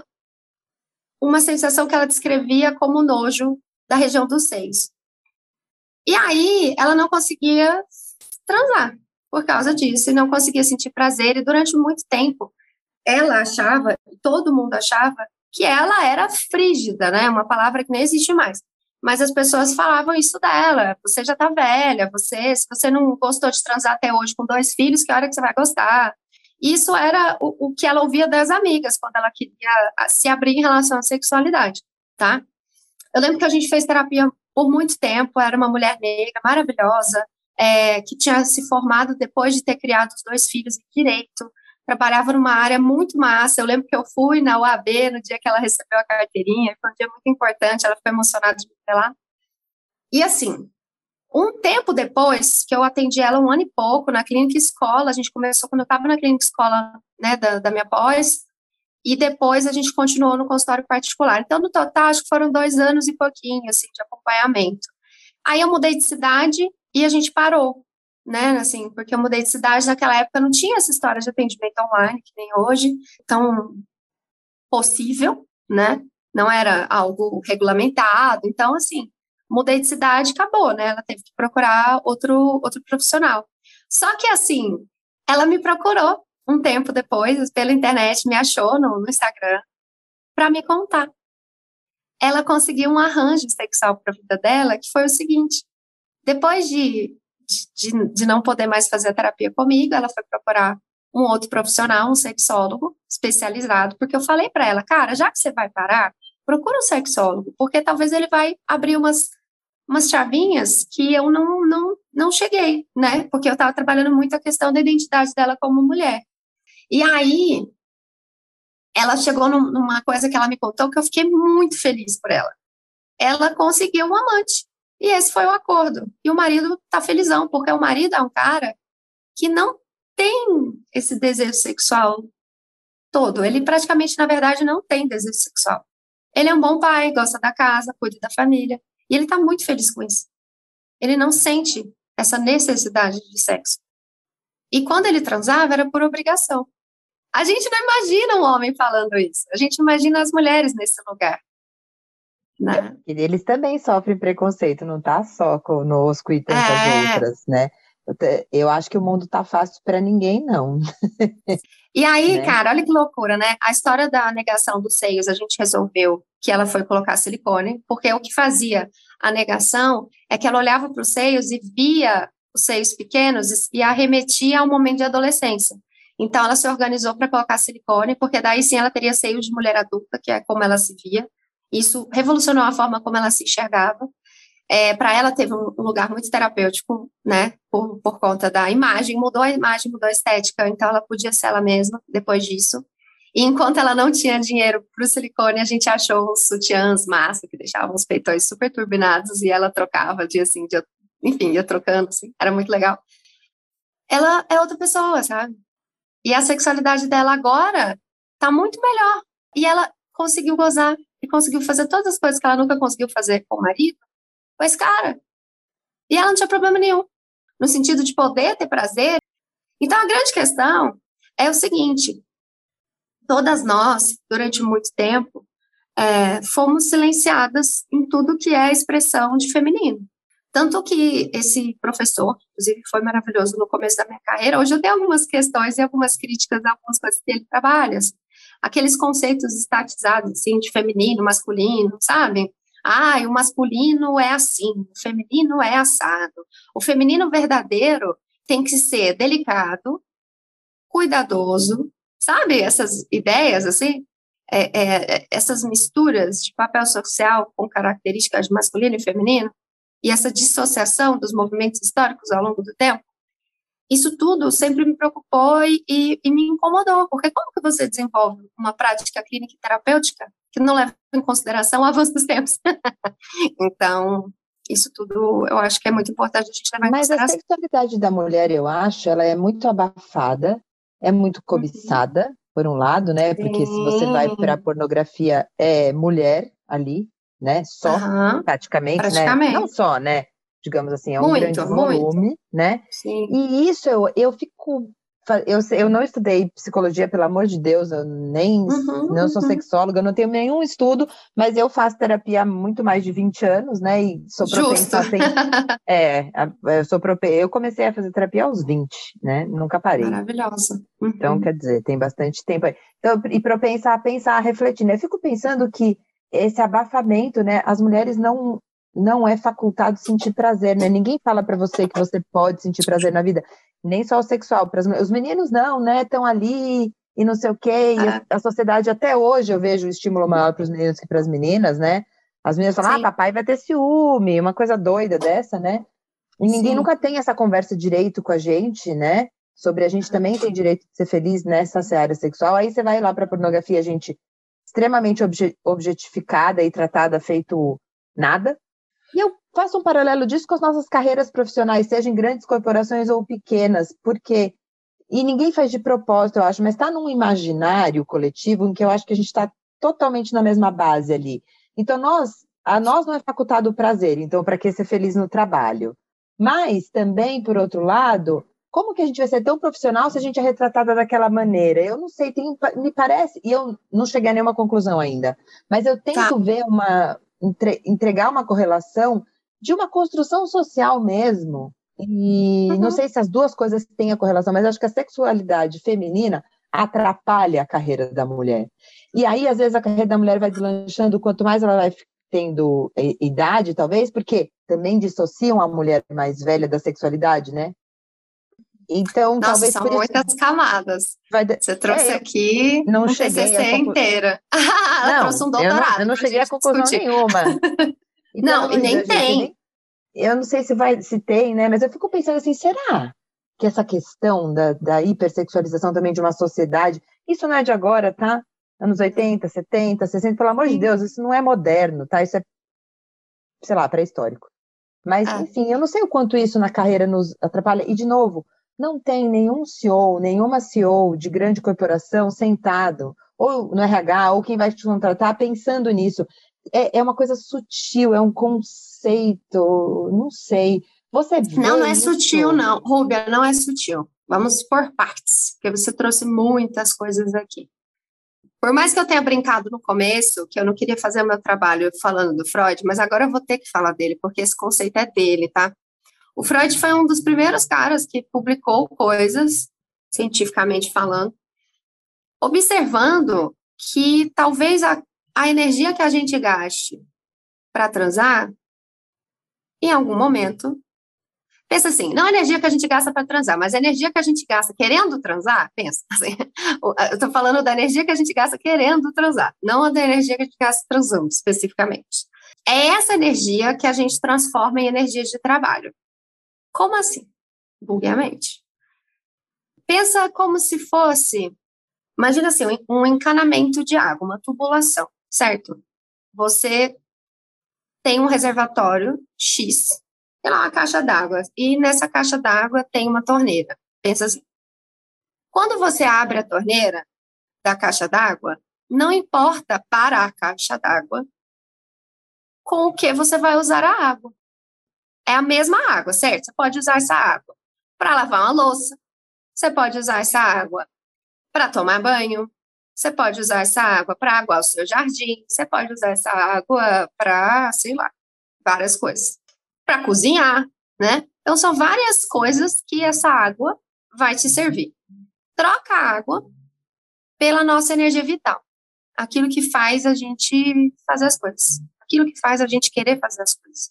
uma sensação que ela descrevia como nojo da região dos seios. E aí, ela não conseguia transar por causa disso, e não conseguia sentir prazer, e durante muito tempo, ela achava, todo mundo achava, que ela era frígida, né, uma palavra que nem existe mais, mas as pessoas falavam isso dela, você já tá velha, se você não gostou de transar até hoje com 2 filhos, que hora que você vai gostar? Isso era o que ela ouvia das amigas, quando ela queria se abrir em relação à sexualidade, tá? Eu lembro que a gente fez terapia por muito tempo, era uma mulher negra maravilhosa, que tinha se formado depois de ter criado os 2 filhos em direito, trabalhava numa área muito massa. Eu lembro que eu fui na UAB no dia que ela recebeu a carteirinha, foi um dia muito importante, ela ficou emocionada de me ver lá. E assim, um tempo depois, que eu atendi ela 1 ano e pouco na clínica escola, a gente começou quando eu estava na clínica escola, né, da minha pós, e depois a gente continuou no consultório particular. Então, no total, acho que foram 2 anos e pouquinho, assim, de acompanhamento. Aí eu mudei de cidade e a gente parou, né, assim, porque eu mudei de cidade, naquela época não tinha essa história de atendimento online, que nem hoje, tão possível, né, não era algo regulamentado, então, assim, mudei de cidade, acabou, né, ela teve que procurar outro profissional. Só que, assim, ela me procurou um tempo depois, pela internet, me achou no Instagram, para me contar. Ela conseguiu um arranjo sexual para a vida dela, que foi o seguinte: depois de não poder mais fazer a terapia comigo, ela foi procurar um outro profissional, um sexólogo especializado, porque eu falei para ela, cara, já que você vai parar, procura um sexólogo, porque talvez ele vai abrir umas chavinhas que eu não cheguei, né? Porque eu estava trabalhando muito a questão da identidade dela como mulher. E aí, ela chegou numa coisa que ela me contou que eu fiquei muito feliz por ela. Ela conseguiu um amante. E esse foi o acordo. E o marido tá felizão, porque o marido é um cara que não tem esse desejo sexual todo. Ele praticamente, na verdade, não tem desejo sexual. Ele é um bom pai, gosta da casa, cuida da família, e ele está muito feliz com isso. Ele não sente essa necessidade de sexo. E quando ele transava, era por obrigação. A gente não imagina um homem falando isso. A gente imagina as mulheres nesse lugar, né? E eles também sofrem preconceito, não tá só conosco e tantas outras, né? Eu acho que o mundo tá fácil para ninguém, não. E aí, né? cara, olha que loucura, né? A história da negação dos seios, a gente resolveu que ela foi colocar silicone, porque o que fazia a negação é que ela olhava para os seios e via os seios pequenos e arremetia ao momento de adolescência. Então, ela se organizou para colocar silicone, porque daí sim ela teria seios de mulher adulta, que é como ela se via. Isso revolucionou a forma como ela se enxergava. Para ela teve um lugar muito terapêutico, né, por conta da imagem, mudou a imagem, mudou a estética, então ela podia ser ela mesma depois disso. E enquanto ela não tinha dinheiro para o silicone, a gente achou uns sutiãs massa, que deixavam os peitões super turbinados, e ela trocava enfim, ia trocando, assim, era muito legal. Ela é outra pessoa, sabe? E a sexualidade dela agora tá muito melhor. E ela conseguiu gozar, e conseguiu fazer todas as coisas que ela nunca conseguiu fazer com o marido, com esse cara. E ela não tinha problema nenhum, no sentido de poder ter prazer. Então, a grande questão é o seguinte: todas nós, durante muito tempo, fomos silenciadas em tudo que é a expressão de feminino. Tanto que esse professor, que inclusive foi maravilhoso no começo da minha carreira, hoje eu tenho algumas questões e algumas críticas a algumas coisas que ele trabalha. Aqueles conceitos estatizados, assim, de feminino, masculino, sabe? O masculino é assim, o feminino é assado. O feminino verdadeiro tem que ser delicado, cuidadoso, sabe? Essas ideias, assim, essas misturas de papel social com características de masculino e feminino, e essa dissociação dos movimentos históricos ao longo do tempo, isso tudo sempre me preocupou e me incomodou, porque como que você desenvolve uma prática clínica e terapêutica que não leva em consideração o avanço dos tempos? Então, isso tudo eu acho que é muito importante a gente levar em consideração. Mas a sexualidade da mulher, eu acho, ela é muito abafada, é muito cobiçada, por um lado, né? Porque se você vai para a pornografia, é mulher ali, né? Só, praticamente, né? Não só, né? Digamos assim, é um grande volume, né? Sim. E isso eu fico... Eu não estudei psicologia, pelo amor de Deus, eu não sou sexóloga, eu não tenho nenhum estudo, mas eu faço terapia há muito mais de 20 anos, né? E sou propensa eu comecei a fazer terapia aos 20, né? Nunca parei. Maravilhosa. Então, quer dizer, tem bastante tempo aí. Então, e propensa a pensar, a refletir, né? Eu fico pensando que esse abafamento, né? As mulheres não é facultado sentir prazer, né? Ninguém fala para você que você pode sentir prazer na vida, nem só o sexual. Os meninos não, né? Estão ali e não sei o quê. E a sociedade, até hoje, eu vejo o estímulo maior para os meninos que para as meninas, né? As meninas falam, papai vai ter ciúme, uma coisa doida dessa, né? E ninguém nunca tem essa conversa direito com a gente, né? Sobre a gente também tem direito de ser feliz nessa área sexual. Aí você vai lá para a pornografia, a gente extremamente objetificada e tratada feito nada. E eu faço um paralelo disso com as nossas carreiras profissionais, seja em grandes corporações ou pequenas, porque, e ninguém faz de propósito, eu acho, mas está num imaginário coletivo em que eu acho que a gente está totalmente na mesma base ali. Então, a nós não é facultado o prazer, então para que ser feliz no trabalho? Mas também, por outro lado, como que a gente vai ser tão profissional se a gente é retratada daquela maneira? Eu não sei, me parece, e eu não cheguei a nenhuma conclusão ainda, mas eu tento ver entregar uma correlação de uma construção social mesmo. E não sei se as duas coisas têm a correlação, mas acho que a sexualidade feminina atrapalha a carreira da mulher. E aí, às vezes, a carreira da mulher vai deslanchando, quanto mais ela vai tendo idade, talvez, porque também dissociam a mulher mais velha da sexualidade, né? Então, nossa, talvez são muitas camadas. Você trouxe aqui não um cheguei TCC inteira. Ela trouxe um doutorado. Eu não cheguei a conclusão nenhuma. Então, não, e nem tem. Eu não sei se tem, né? Mas eu fico pensando assim, será que essa questão da hipersexualização também de uma sociedade, isso não é de agora, tá? Anos 80, 70, 60, pelo amor de Deus, isso não é moderno, tá? Isso é, sei lá, pré-histórico. Mas, enfim, eu não sei o quanto isso na carreira nos atrapalha. E, de novo, não tem nenhum CEO, nenhuma CEO de grande corporação sentado, ou no RH, ou quem vai te contratar, pensando nisso. É uma coisa sutil, é um conceito, não sei. Você vê Não é isso? sutil, não. Rúbia, não é sutil. Vamos por partes, porque você trouxe muitas coisas aqui. Por mais que eu tenha brincado no começo, que eu não queria fazer o meu trabalho falando do Freud, mas agora eu vou ter que falar dele, porque esse conceito é dele, tá? O Freud foi um dos primeiros caras que publicou coisas, cientificamente falando, observando que talvez a energia que a gente gaste para transar, em algum momento, pensa assim, não a energia que a gente gasta para transar, mas a energia que a gente gasta querendo transar, pensa assim, eu estou falando da energia que a gente gasta querendo transar, não a da energia que a gente gasta transando, especificamente. É essa energia que a gente transforma em energia de trabalho. Como assim? Vulgarmente. Pensa como se fosse, imagina assim, um encanamento de água, uma tubulação, certo? Você tem um reservatório X, sei lá, uma caixa d'água, e nessa caixa d'água tem uma torneira. Pensa assim, quando você abre a torneira da caixa d'água, não importa para a caixa d'água com o que você vai usar a água. É a mesma água, certo? Você pode usar essa água para lavar uma louça, você pode usar essa água para tomar banho, você pode usar essa água para aguar o seu jardim, você pode usar essa água para, sei lá, várias coisas. Para cozinhar, né? Então, são várias coisas que essa água vai te servir. Troca a água pela nossa energia vital. Aquilo que faz a gente fazer as coisas. Aquilo que faz a gente querer fazer as coisas.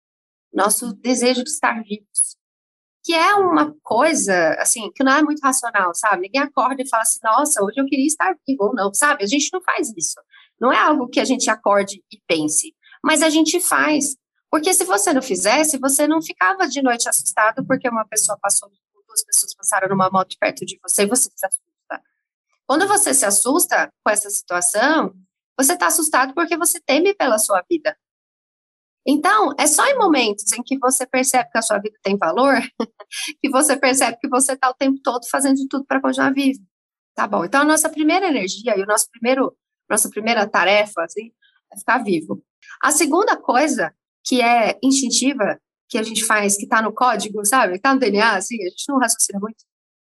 Nosso desejo de estar vivos. Que é uma coisa, assim, que não é muito racional, sabe? Ninguém acorda e fala assim, nossa, hoje eu queria estar vivo ou não, sabe? A gente não faz isso. Não é algo que a gente acorde e pense. Mas a gente faz. Porque se você não fizesse, você não ficava de noite assustado porque uma pessoa passou, duas pessoas passaram numa moto perto de você e você se assusta. Quando você se assusta com essa situação, você está assustado porque você teme pela sua vida. Então, é só em momentos em que você percebe que a sua vida tem valor, que você percebe que você está o tempo todo fazendo de tudo para continuar vivo. Tá bom, então a nossa primeira energia e nossa primeira tarefa, assim, é ficar vivo. A segunda coisa, que é instintiva, que a gente faz, que está no código, sabe, que está no DNA, assim, a gente não raciocina muito,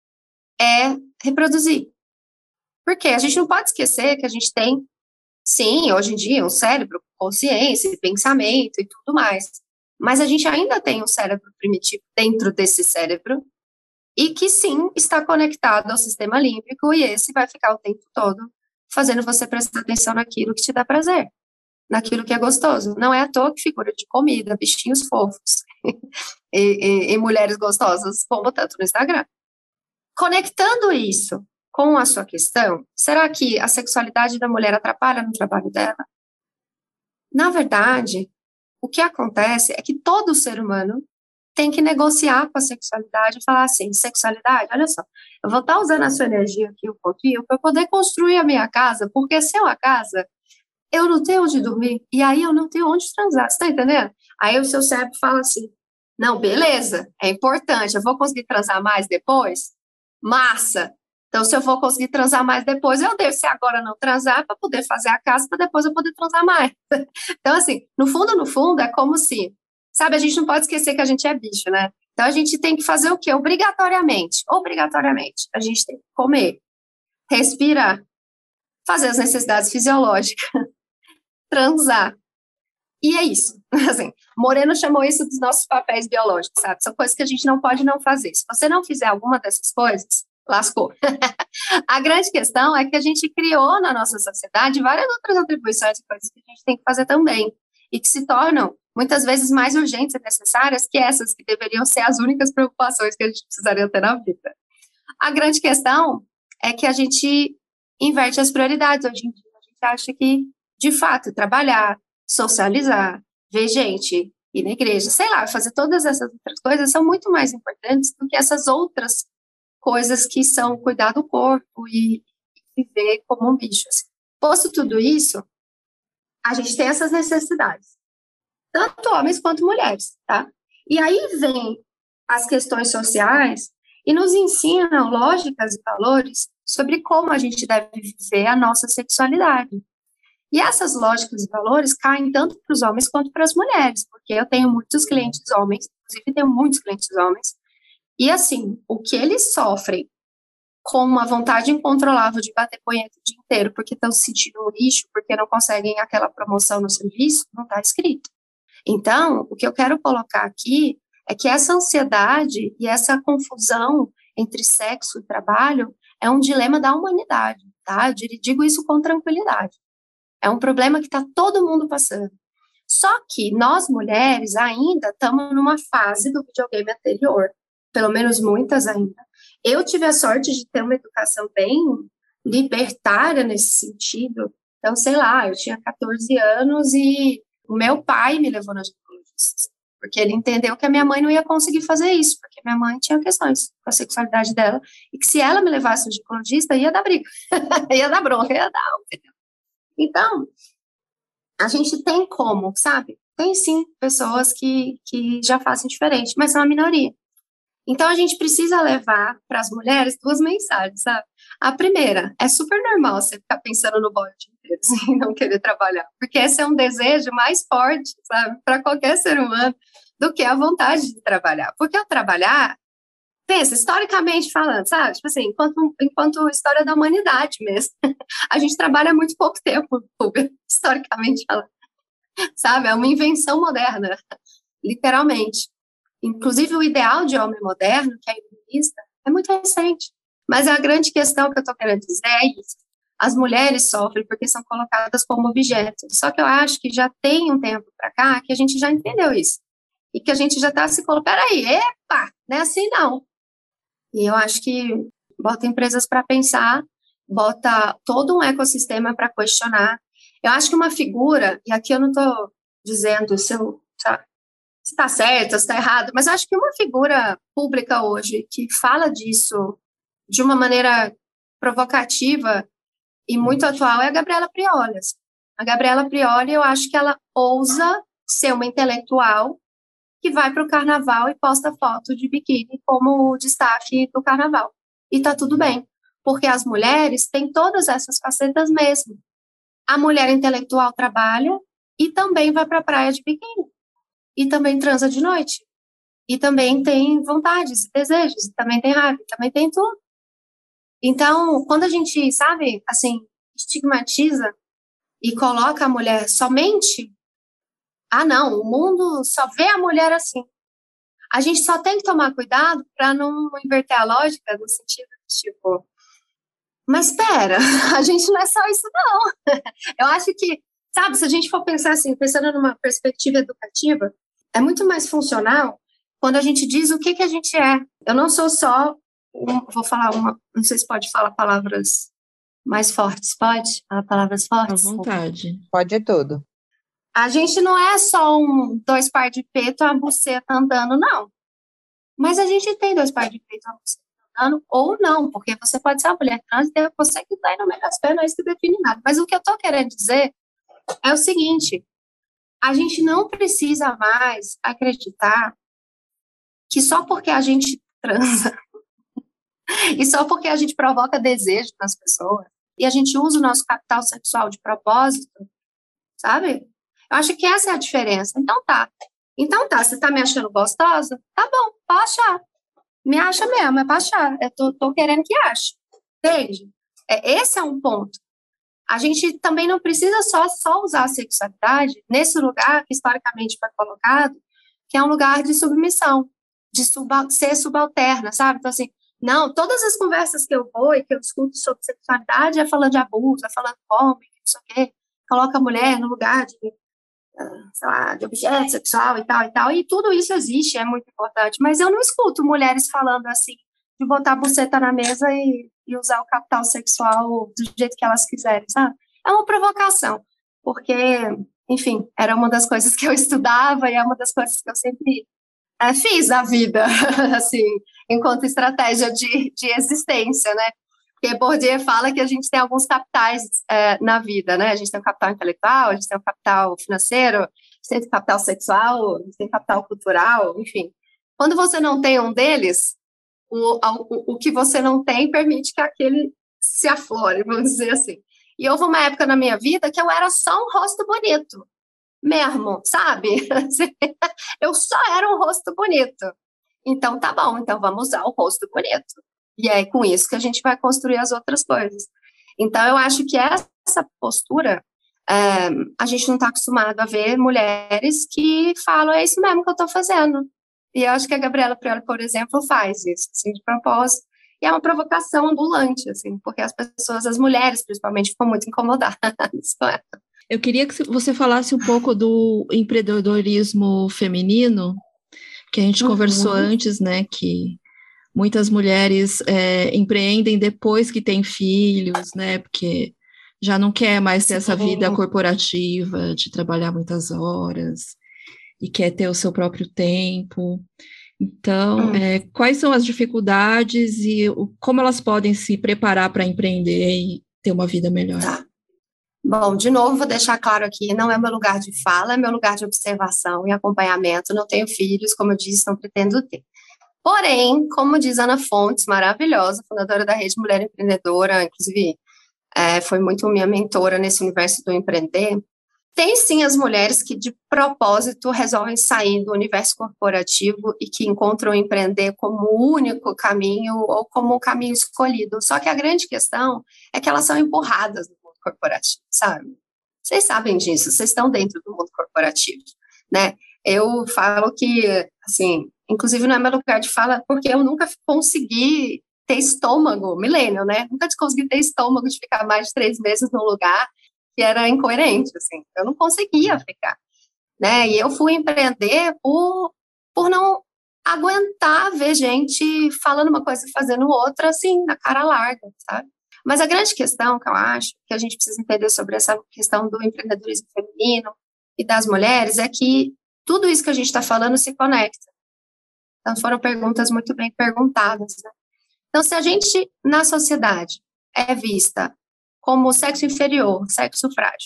é reproduzir. Por quê? A gente não pode esquecer que a gente tem, sim, hoje em dia, um cérebro, consciência, pensamento e tudo mais. Mas a gente ainda tem um cérebro primitivo dentro desse cérebro e que, sim, está conectado ao sistema límbico e esse vai ficar o tempo todo fazendo você prestar atenção naquilo que te dá prazer, naquilo que é gostoso. Não é à toa que figura de comida, bichinhos fofos e mulheres gostosas bombam tanto no Instagram. Conectando isso com a sua questão, será que a sexualidade da mulher atrapalha no trabalho dela? Na verdade, o que acontece é que todo ser humano tem que negociar com a sexualidade e falar assim, sexualidade, olha só, eu vou estar usando a sua energia aqui um pouquinho para poder construir a minha casa, porque se é uma casa, eu não tenho onde dormir, e aí eu não tenho onde transar, você está entendendo? Aí o seu cérebro fala assim, não, beleza, é importante, eu vou conseguir transar mais depois? Massa! Então, se eu vou conseguir transar mais depois, eu devo ser agora não transar para poder fazer a casa, para depois eu poder transar mais. Então, assim, no fundo, é como se, sabe, a gente não pode esquecer que a gente é bicho, né? Então, a gente tem que fazer o quê? Obrigatoriamente, a gente tem que comer, respirar, fazer as necessidades fisiológicas, transar. E é isso. Assim, Moreno chamou isso dos nossos papéis biológicos, sabe? São coisas que a gente não pode não fazer. Se você não fizer alguma dessas coisas, lascou. A grande questão é que a gente criou na nossa sociedade várias outras atribuições e coisas que a gente tem que fazer também, e que se tornam muitas vezes mais urgentes e necessárias que essas que deveriam ser as únicas preocupações que a gente precisaria ter na vida. A grande questão é que a gente inverte as prioridades hoje em dia. A gente acha que, de fato, trabalhar, socializar, ver gente, ir na igreja, sei lá, fazer todas essas outras coisas são muito mais importantes do que essas outras coisas que são cuidar do corpo e viver como um bicho. Assim. Posto tudo isso, a gente tem essas necessidades, tanto homens quanto mulheres, tá? E aí vem as questões sociais e nos ensinam lógicas e valores sobre como a gente deve viver a nossa sexualidade. E essas lógicas e valores caem tanto para os homens quanto para as mulheres, porque eu tenho muitos clientes homens, inclusive tenho muitos clientes homens, e assim, o que eles sofrem com uma vontade incontrolável de bater punheta o dia inteiro, porque estão se sentindo um lixo, porque não conseguem aquela promoção no serviço, não está escrito. Então, o que eu quero colocar aqui é que essa ansiedade e essa confusão entre sexo e trabalho é um dilema da humanidade, tá? Eu digo isso com tranquilidade. É um problema que está todo mundo passando. Só que nós, mulheres, ainda estamos numa fase do videogame anterior, pelo menos muitas ainda. Eu tive a sorte de ter uma educação bem libertária nesse sentido. Então, sei lá, eu tinha 14 anos e o meu pai me levou na ginecologista, porque ele entendeu que a minha mãe não ia conseguir fazer isso, porque minha mãe tinha questões com a sexualidade dela, e que se ela me levasse no ginecologista, ia dar briga, ia dar bronca, ia dar... Então, a gente tem como, sabe? Tem sim pessoas que já fazem diferente, mas são a minoria. Então, a gente precisa levar para as mulheres 2 mensagens, sabe? A primeira, é super normal você ficar pensando no boy o dia inteiro, assim, não querer trabalhar, porque esse é um desejo mais forte, sabe, para qualquer ser humano, do que a vontade de trabalhar. Porque ao trabalhar, pensa, historicamente falando, sabe? Tipo assim, enquanto história da humanidade mesmo. A gente trabalha muito pouco tempo, historicamente falando. Sabe? É uma invenção moderna, literalmente. Inclusive, o ideal de homem moderno, que é iluminista, é muito recente. Mas a grande questão que eu estou querendo dizer é isso. As mulheres sofrem porque são colocadas como objetos. Só que eu acho que já tem um tempo para cá que a gente já entendeu isso. E que a gente já está se colocando, peraí, epa, não é assim não. E eu acho que bota empresas para pensar, bota todo um ecossistema para questionar. Eu acho que uma figura, e aqui eu não estou dizendo se está certo, se está errado, mas eu acho que uma figura pública hoje que fala disso de uma maneira provocativa e muito atual é a Gabriela Prioli. A Gabriela Prioli, eu acho que ela ousa ser uma intelectual que vai para o carnaval e posta foto de biquíni como destaque do carnaval. E tá tudo bem, porque as mulheres têm todas essas facetas mesmo. A mulher intelectual trabalha e também vai para a praia de biquíni. E também transa de noite. E também tem vontades, desejos, e também tem raiva, e também tem tudo. Então, quando a gente, sabe, assim, estigmatiza e coloca a mulher somente... Ah, não, o mundo só vê a mulher assim. A gente só tem que tomar cuidado para não inverter a lógica no sentido de, tipo, mas espera, a gente não é só isso, não. Eu acho que, sabe, se a gente for pensar assim, pensando numa perspectiva educativa, é muito mais funcional quando a gente diz o que a gente é. Eu não sou só, vou falar não sei se pode falar palavras mais fortes, pode? Falar palavras fortes? À vontade. Pode tudo. A gente não é só 2 par de peito, a buceta andando, não. Mas a gente tem 2 par de peito, a buceta andando, ou não, porque você pode ser uma mulher trans e você que está aí no meio das pernas, isso que define nada. Mas o que eu estou querendo dizer é o seguinte, a gente não precisa mais acreditar que só porque a gente transa e só porque a gente provoca desejo nas pessoas e a gente usa o nosso capital sexual de propósito, sabe? Eu acho que essa é a diferença. Então tá, você tá me achando gostosa? Tá bom, pode achar. Me acha mesmo, é pra achar. Eu tô querendo que ache. Entende? Esse é um ponto. A gente também não precisa só usar a sexualidade nesse lugar que historicamente foi colocado, que é um lugar de submissão, de ser subalterna, sabe? Então, assim, não, todas as conversas que eu vou e que eu escuto sobre sexualidade é falando de abuso, é falando de homem, não sei o quê, coloca a mulher no lugar de, sei lá, de objeto sexual e tal, e tudo isso existe, é muito importante, mas eu não escuto mulheres falando assim, de botar a buceta na mesa e usar o capital sexual do jeito que elas quiserem, sabe? É uma provocação, porque, enfim, era uma das coisas que eu estudava e é uma das coisas que eu sempre fiz na vida, assim, enquanto estratégia de existência, né? Porque Bourdieu fala que a gente tem alguns capitais na vida, né? A gente tem o capital intelectual, a gente tem o capital financeiro, a gente tem o capital sexual, a gente tem o capital cultural, enfim. Quando você não tem um deles, o que você não tem permite que aquele se aflore, vamos dizer assim. E houve uma época na minha vida que eu era só um rosto bonito, mesmo, sabe? Eu só era um rosto bonito. Então, tá bom, então vamos usar o rosto bonito. E é com isso que a gente vai construir as outras coisas. Então, eu acho que essa postura, a gente não está acostumado a ver mulheres que falam, é isso mesmo que eu estou fazendo. E eu acho que a Gabriela Prioli, por exemplo, faz isso, assim, de propósito. E é uma provocação ambulante, assim, porque as pessoas, as mulheres, principalmente, ficam muito incomodadas. Eu queria que você falasse um pouco do empreendedorismo feminino, que a gente conversou antes, né, que muitas mulheres empreendem depois que têm filhos, né, porque já não quer mais ter essa vida corporativa de trabalhar muitas horas e quer ter o seu próprio tempo. Então, quais são as dificuldades e como elas podem se preparar para empreender e ter uma vida melhor? Tá. Bom, de novo, vou deixar claro aqui, não é meu lugar de fala, é meu lugar de observação e acompanhamento. Não tenho filhos, como eu disse, não pretendo ter. Porém, como diz Ana Fontes, maravilhosa, fundadora da Rede Mulher Empreendedora, inclusive foi muito minha mentora nesse universo do empreender, tem sim as mulheres que de propósito resolvem sair do universo corporativo e que encontram empreender como o único caminho ou como o caminho escolhido. Só que a grande questão é que elas são empurradas no mundo corporativo, sabe? Vocês sabem disso, vocês estão dentro do mundo corporativo, né? Eu falo que, assim, inclusive não é meu lugar de fala, porque eu nunca consegui ter estômago, millennial, né? Nunca consegui ter estômago de ficar mais de 3 meses num lugar que era incoerente, assim. Eu não conseguia ficar, né? E eu fui empreender por não aguentar ver gente falando uma coisa e fazendo outra, assim, na cara larga, sabe? Mas a grande questão que eu acho que a gente precisa entender sobre essa questão do empreendedorismo feminino e das mulheres é que tudo isso que a gente está falando se conecta. Então, foram perguntas muito bem perguntadas, né? Então, se a gente, na sociedade, é vista como sexo inferior, sexo frágil,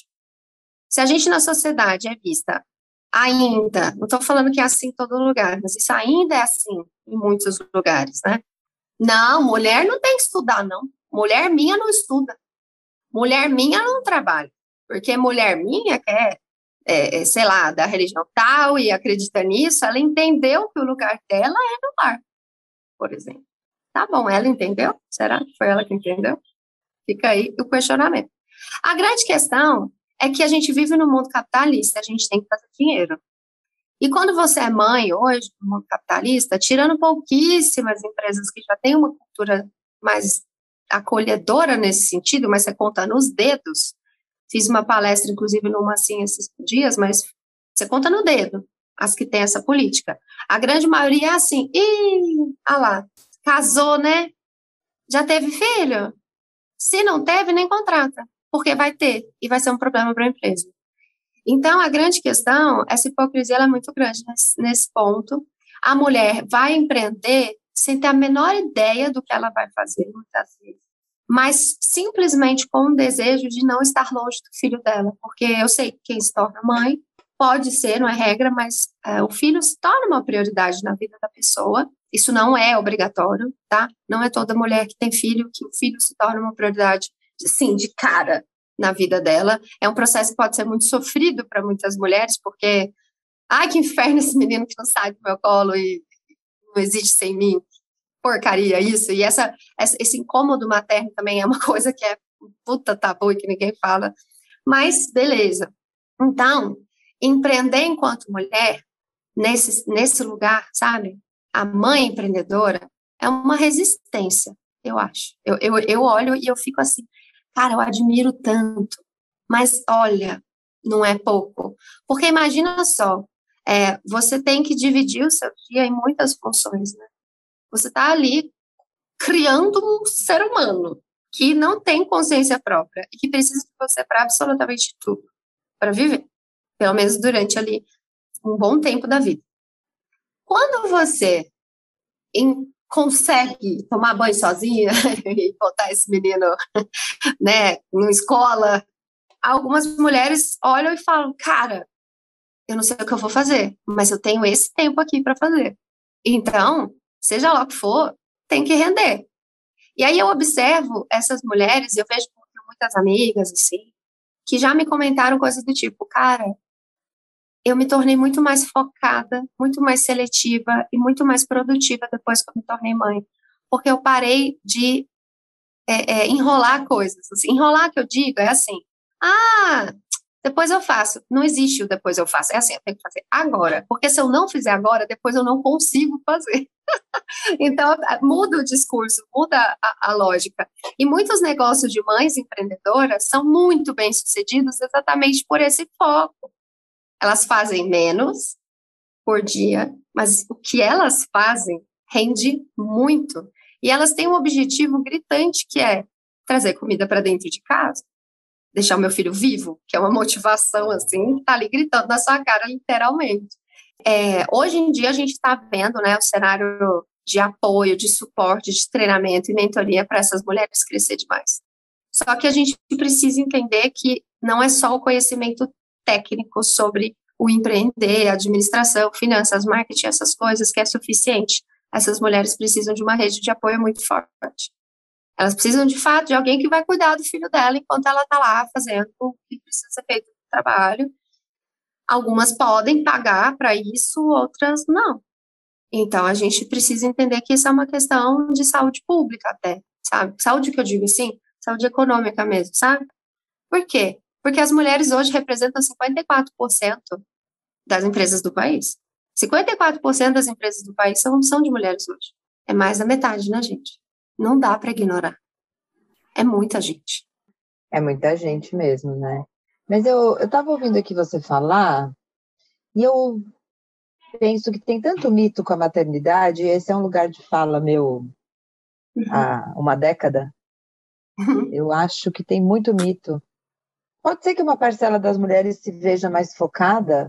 se a gente, na sociedade, é vista ainda, não estou falando que é assim em todo lugar, mas isso ainda é assim em muitos lugares, né? Não, mulher não tem que estudar, não. Mulher minha não estuda. Mulher minha não trabalha. Porque mulher minha quer sei lá, da religião tal e acredita nisso, ela entendeu que o lugar dela é no lar, por exemplo. Tá bom, ela entendeu? Será que foi ela que entendeu? Fica aí o questionamento. A grande questão é que a gente vive no mundo capitalista, a gente tem que fazer dinheiro. E quando você é mãe hoje, no mundo capitalista, tirando pouquíssimas empresas que já têm uma cultura mais acolhedora nesse sentido, mas você conta nos dedos. Fiz uma palestra, inclusive, numa assim, esses dias, mas você conta no dedo as que têm essa política. A grande maioria é assim, ah lá, casou, né? Já teve filho? Se não teve, nem contrata, porque vai ter, e vai ser um problema para a empresa. Então, a grande questão, essa hipocrisia ela é muito grande nesse ponto. A mulher vai empreender sem ter a menor ideia do que ela vai fazer, muitas vezes, mas simplesmente com o desejo de não estar longe do filho dela, porque eu sei que quem se torna mãe pode ser, não é regra, mas o filho se torna uma prioridade na vida da pessoa. Isso não é obrigatório, tá? Não é toda mulher que tem filho que o filho se torna uma prioridade, sim, de cara na vida dela. É um processo que pode ser muito sofrido para muitas mulheres, porque, ai, que inferno esse menino que não sai do meu colo e não existe sem mim. Porcaria isso, e esse incômodo materno também é uma coisa que é puta tabu e que ninguém fala, mas beleza. Então, empreender enquanto mulher, nesse lugar, sabe, a mãe empreendedora é uma resistência, eu acho. Eu olho e eu fico assim, cara, eu admiro tanto, mas olha, não é pouco, porque imagina só, você tem que dividir o seu dia em muitas funções, né? Você está ali criando um ser humano que não tem consciência própria e que precisa de você para absolutamente tudo, para viver, pelo menos durante ali um bom tempo da vida. Quando você consegue tomar banho sozinha e botar esse menino, né, numa escola, algumas mulheres olham e falam, cara, eu não sei o que eu vou fazer, mas eu tenho esse tempo aqui para fazer. Então, seja lá o que for, tem que render. E aí eu observo essas mulheres, e eu vejo muitas amigas, assim, que já me comentaram coisas do tipo, cara, eu me tornei muito mais focada, muito mais seletiva e muito mais produtiva depois que eu me tornei mãe. Porque eu parei de enrolar coisas. Assim, enrolar, que eu digo, é assim, depois eu faço. Não existe o depois eu faço. É assim, eu tenho que fazer agora. Porque se eu não fizer agora, depois eu não consigo fazer. Então, muda o discurso, muda a lógica. E muitos negócios de mães empreendedoras são muito bem-sucedidos exatamente por esse foco. Elas fazem menos por dia, mas o que elas fazem rende muito. E elas têm um objetivo gritante, que é trazer comida para dentro de casa, deixar o meu filho vivo, que é uma motivação, assim, que tá ali gritando na sua cara, literalmente. Hoje em dia, a gente está vendo, né, o cenário de apoio, de suporte, de treinamento e mentoria para essas mulheres crescer demais. Só que a gente precisa entender que não é só o conhecimento técnico sobre o empreender, administração, finanças, marketing, essas coisas que é suficiente. Essas mulheres precisam de uma rede de apoio muito forte. Elas precisam, de fato, de alguém que vai cuidar do filho dela enquanto ela está lá fazendo o que precisa ser feito no trabalho. Algumas podem pagar para isso, outras não. Então, a gente precisa entender que isso é uma questão de saúde pública até, sabe? Saúde que eu digo assim, saúde econômica mesmo, sabe? Por quê? Porque as mulheres hoje representam 54% das empresas do país. 54% das empresas do país são de mulheres hoje. É mais da metade, né, gente? Não dá para ignorar. É muita gente. É muita gente mesmo, né? Mas eu estava ouvindo aqui você falar, e eu penso que tem tanto mito com a maternidade, e esse é um lugar de fala meu há uma década. Eu acho que tem muito mito. Pode ser que uma parcela das mulheres se veja mais focada,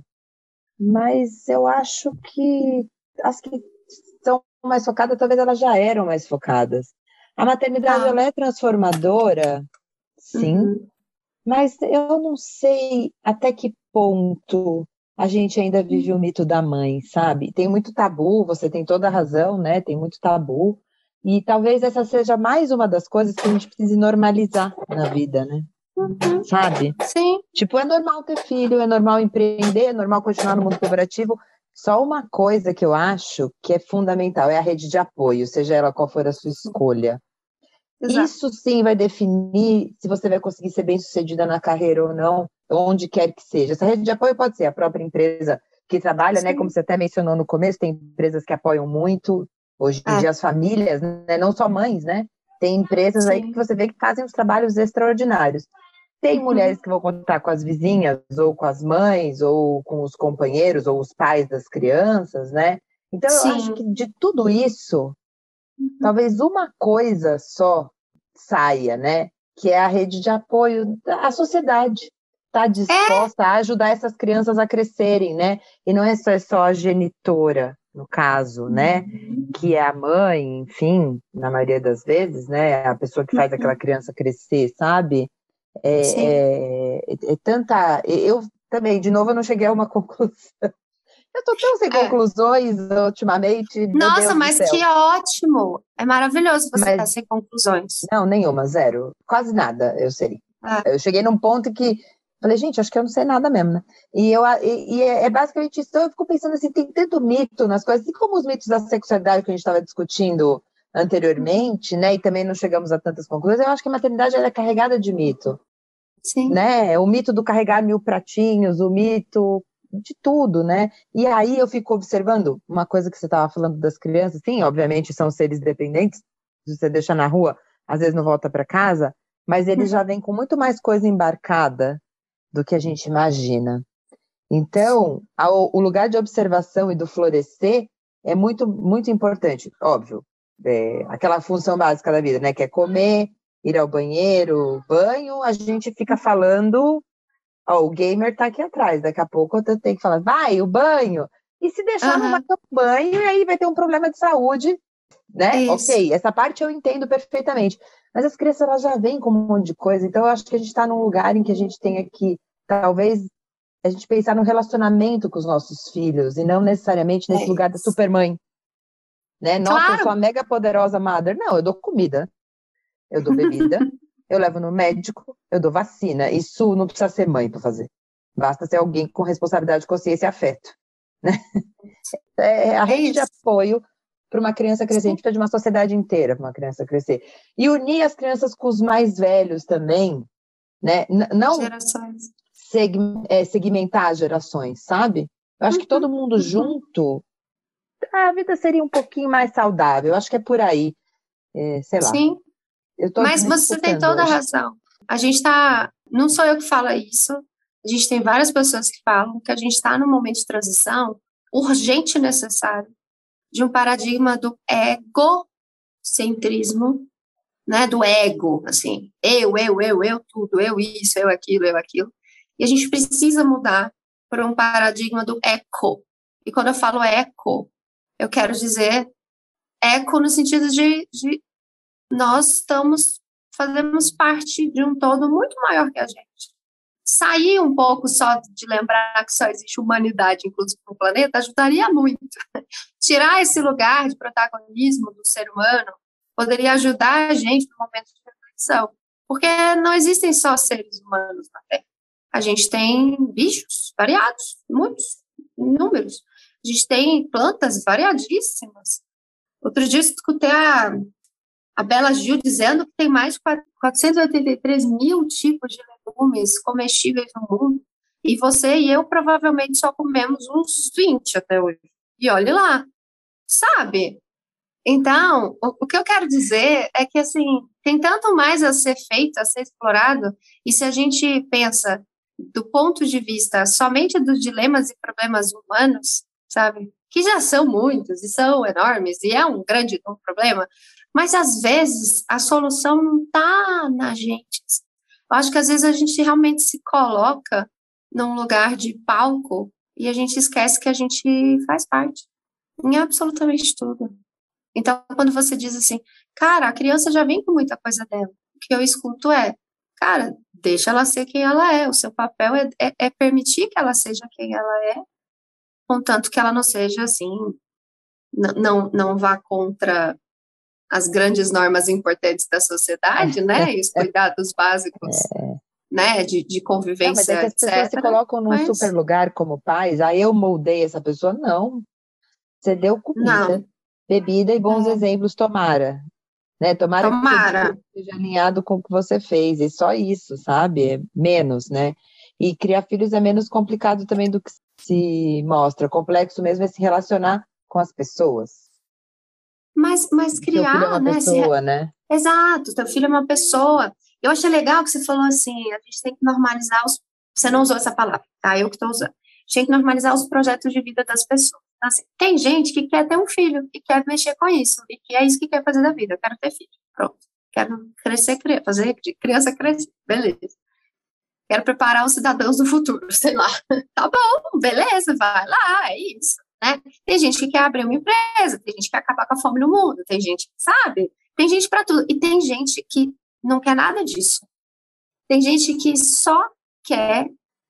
mas eu acho que as que são mais focadas, talvez elas já eram mais focadas. A maternidade, ela é transformadora, sim, mas eu não sei até que ponto a gente ainda vive o mito da mãe, sabe? Tem muito tabu, você tem toda a razão, né? Tem muito tabu, e talvez essa seja mais uma das coisas que a gente precisa normalizar na vida, né? Sabe? Sim. Tipo, é normal ter filho, é normal empreender, é normal continuar no mundo corporativo. Só uma coisa que eu acho que é fundamental é a rede de apoio, seja ela qual for a sua escolha. Exato. Isso sim vai definir se você vai conseguir ser bem-sucedida na carreira ou não, onde quer que seja. Essa rede de apoio pode ser a própria empresa que trabalha, né? Como você até mencionou no começo, tem empresas que apoiam muito. Hoje em dia as famílias, né? Não só mães, né? Tem empresas aí que você vê que fazem os trabalhos extraordinários. Tem mulheres que vão contar com as vizinhas, ou com as mães, ou com os companheiros, ou os pais das crianças, né? Então, eu acho que de tudo isso, talvez uma coisa só saia, né? Que é a rede de apoio da sociedade. Está disposta a ajudar essas crianças a crescerem, né? E não é só a genitora, no caso, né? Que é a mãe, enfim, na maioria das vezes, né? A pessoa que faz aquela criança crescer, sabe? Tanta... Eu também, de novo, eu não cheguei a uma conclusão. Eu tô tão sem conclusões ultimamente. Nossa, mas que ótimo! É maravilhoso você estar sem conclusões. Não, nenhuma, zero. Quase nada, eu sei. Eu cheguei num ponto que falei, gente, acho que eu não sei nada mesmo, né? E é basicamente isso. Então eu fico pensando assim, tem tanto mito nas coisas, assim como os mitos da sexualidade que a gente estava discutindo anteriormente, né? E também não chegamos a tantas conclusões. Eu acho que a maternidade ela é carregada de mito. Sim. Né? O mito do carregar 1000 pratinhos, o mito de tudo, né? E aí eu fico observando uma coisa que você estava falando das crianças, sim, obviamente são seres dependentes, se você deixa na rua, às vezes não volta para casa, mas eles já vêm com muito mais coisa embarcada do que a gente imagina. Então, o lugar de observação e do florescer é muito, muito importante, óbvio, aquela função básica da vida, né? Que é comer, ir ao banheiro, banho, a gente fica falando, o gamer tá aqui atrás, daqui a pouco eu tenho que falar, vai, o banho, e se deixar não vai ter banho, e aí vai ter um problema de saúde, né? Isso. Ok, essa parte eu entendo perfeitamente, mas as crianças elas já vêm com um monte de coisa, então eu acho que a gente está num lugar em que a gente tenha que, talvez, a gente pensar no relacionamento com os nossos filhos, e não necessariamente nesse lugar da supermãe. né? Nossa, eu sou a mega poderosa mother. Não, eu dou comida, eu dou bebida, eu levo no médico, eu dou vacina. Isso não precisa ser mãe para fazer. Basta ser alguém com responsabilidade, consciência e afeto, né? A rede de apoio para uma criança crescer, a gente precisa de uma sociedade inteira para uma criança crescer. E unir as crianças com os mais velhos também, né? Não segmentar as gerações, sabe? Eu acho que todo mundo junto, a vida seria um pouquinho mais saudável. Eu acho que é por aí. Sei lá. Sim. Mas você tem toda a razão. A gente está... Não sou eu que falo isso. A gente tem várias pessoas que falam que a gente está num momento de transição urgente e necessário de um paradigma do egocentrismo, né? Do ego, assim. Eu, tudo. Eu isso, eu aquilo. E a gente precisa mudar para um paradigma do eco. E quando eu falo eco, eu quero dizer eco no sentido de nós fazemos parte de um todo muito maior que a gente. Sair um pouco só de lembrar que só existe humanidade, inclusive no planeta, ajudaria muito. Tirar esse lugar de protagonismo do ser humano poderia ajudar a gente no momento de reflexão. Porque não existem só seres humanos na Terra. A gente tem bichos variados, muitos, inúmeros. A gente tem plantas variadíssimas. Outro dia eu escutei a Bela Gil dizendo que tem mais de 483 mil tipos de legumes comestíveis no mundo, e você e eu provavelmente só comemos uns 20 até hoje. E olhe lá, sabe? Então, o que eu quero dizer é que, assim, tem tanto mais a ser feito, a ser explorado, e se a gente pensa do ponto de vista somente dos dilemas e problemas humanos, sabe? Que já são muitos e são enormes, e é um grande problema, mas às vezes a solução não está na gente. Eu acho que às vezes a gente realmente se coloca num lugar de palco e a gente esquece que a gente faz parte em absolutamente tudo. Então, quando você diz assim, cara, a criança já vem com muita coisa dela, o que eu escuto cara, deixa ela ser quem ela é, o seu papel é permitir que ela seja quem ela é, contanto que ela não seja assim, não vá contra as grandes normas importantes da sociedade, né, e os cuidados básicos, né, de convivência, mas é que as pessoas se colocam num super lugar como pais, aí eu moldei essa pessoa, não, você deu comida, bebida e bons exemplos, tomara, né, tomara que você seja alinhado com o que você fez, e só isso, sabe, é menos, né, e criar filhos é menos complicado também do que se mostra, complexo mesmo é se relacionar com as pessoas. Mas criar, teu filho é uma pessoa, né? Exato, teu filho é uma pessoa. Eu achei legal que você falou assim, a gente tem que normalizar você não usou essa palavra, tá? Eu que estou usando. A gente tem que normalizar os projetos de vida das pessoas. Então, assim, tem gente que quer ter um filho e quer mexer com isso, e que é isso que quer fazer da vida. Eu quero ter filho, pronto. Quero crescer, fazer de criança crescer, beleza. Quero preparar os cidadãos do futuro, sei lá. Tá bom, beleza, vai lá, é isso. Né? Tem gente que quer abrir uma empresa, tem gente que quer acabar com a fome no mundo, tem gente que sabe, tem gente para tudo, e tem gente que não quer nada disso. Tem gente que só quer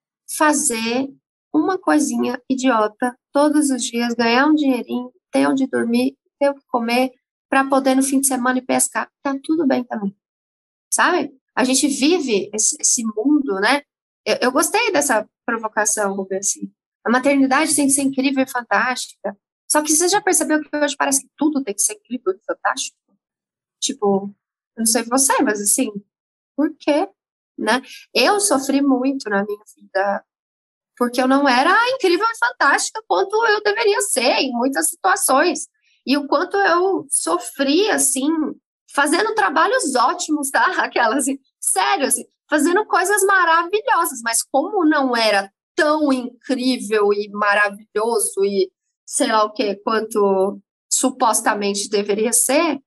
fazer uma coisinha idiota todos os dias, ganhar um dinheirinho, ter onde dormir, ter o que comer, para poder no fim de semana ir pescar. Tá tudo bem também, sabe? A gente vive esse mundo, né? Eu gostei dessa provocação, Rubens, assim. A maternidade tem que ser incrível e fantástica. Só que você já percebeu que hoje parece que tudo tem que ser incrível e fantástico? Tipo, eu não sei você, mas assim, por quê? Né? Eu sofri muito na minha vida porque eu não era incrível e fantástica quanto eu deveria ser em muitas situações. E o quanto eu sofri, assim, fazendo trabalhos ótimos, tá? Aquelas, assim, sério, assim, fazendo coisas maravilhosas, mas como não era tão incrível e maravilhoso e sei lá o que, quanto supostamente deveria ser,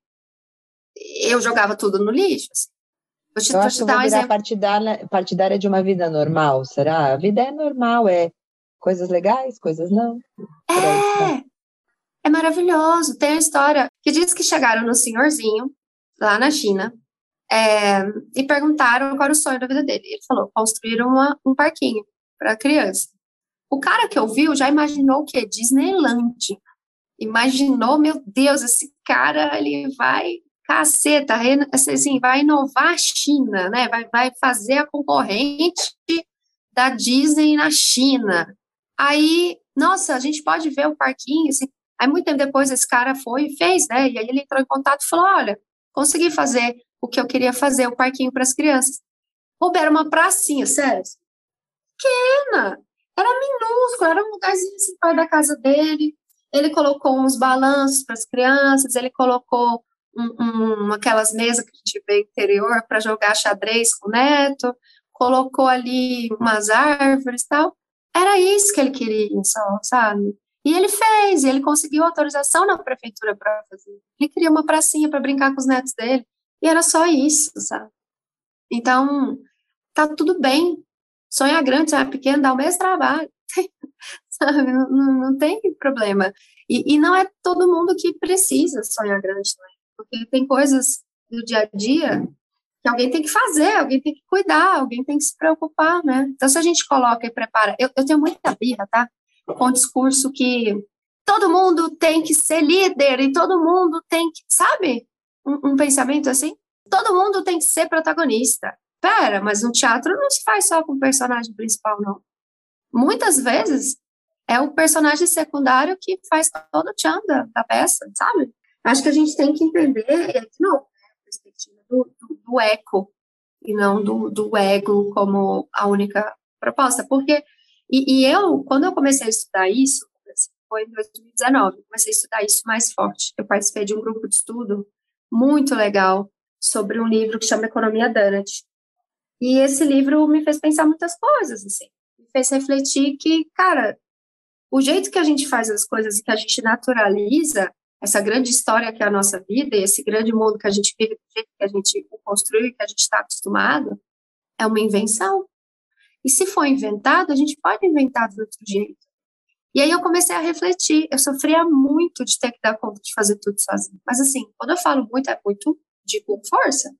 eu jogava tudo no lixo. Assim. Eu acho que eu vou virar partidária de uma vida normal, será? A vida é normal, é coisas legais, coisas não. É maravilhoso. Tem uma história que diz que chegaram no senhorzinho, lá na China, e perguntaram qual era o sonho da vida dele. Ele falou, construir um parquinho para criança. O cara que ouviu já imaginou o quê? Disneyland. imaginou, meu Deus, esse cara, ele vai, caceta, assim, vai inovar a China, né? Vai fazer a concorrente da Disney na China. Aí, nossa, a gente pode ver o parquinho, assim. Aí, muito tempo depois, esse cara foi e fez, né? E aí ele entrou em contato e falou, olha, consegui fazer o que eu queria fazer, o parquinho para as crianças. Pô, era uma pracinha, sério, pequena, era minúscula, era um lugarzinho assim, perto da casa dele. Ele colocou uns balanços para as crianças, ele colocou aquelas mesas que a gente vê no interior para jogar xadrez com o neto, colocou ali umas árvores e tal. Era isso que ele queria, só, sabe? E ele fez, e ele conseguiu autorização na prefeitura para fazer. Ele queria uma pracinha para brincar com os netos dele, e era só isso, sabe? Então, tá tudo bem. Sonhar grande, sonhar pequeno, dá o mesmo trabalho. Sabe? Não tem problema. E não é todo mundo que precisa sonhar grande também. Porque tem coisas do dia a dia que alguém tem que fazer, alguém tem que cuidar, alguém tem que se preocupar, né? Então, se a gente coloca e prepara... Eu tenho muita birra, tá? Com o discurso que todo mundo tem que ser líder e todo mundo tem que... Sabe? Um pensamento assim? Todo mundo tem que ser protagonista. Pera, mas no teatro não se faz só com o personagem principal, não. Muitas vezes é o personagem secundário que faz todo o tchan da peça, sabe? Acho que a gente tem que entender, não, a perspectiva do eco e não do ego como a única proposta. Porque, quando eu comecei a estudar isso, foi em 2019, comecei a estudar isso mais forte. Eu participei de um grupo de estudo muito legal sobre um livro que chama Economia Donut. E esse livro me fez pensar muitas coisas, assim. Me fez refletir que, cara, o jeito que a gente faz as coisas e que a gente naturaliza essa grande história que é a nossa vida e esse grande mundo que a gente vive, do jeito que a gente o construiu e que a gente está acostumado, é uma invenção. E se for inventado, a gente pode inventar de outro jeito. E aí eu comecei a refletir. Eu sofria muito de ter que dar conta de fazer tudo sozinha. Mas, assim, quando eu falo muito, é muito de com força.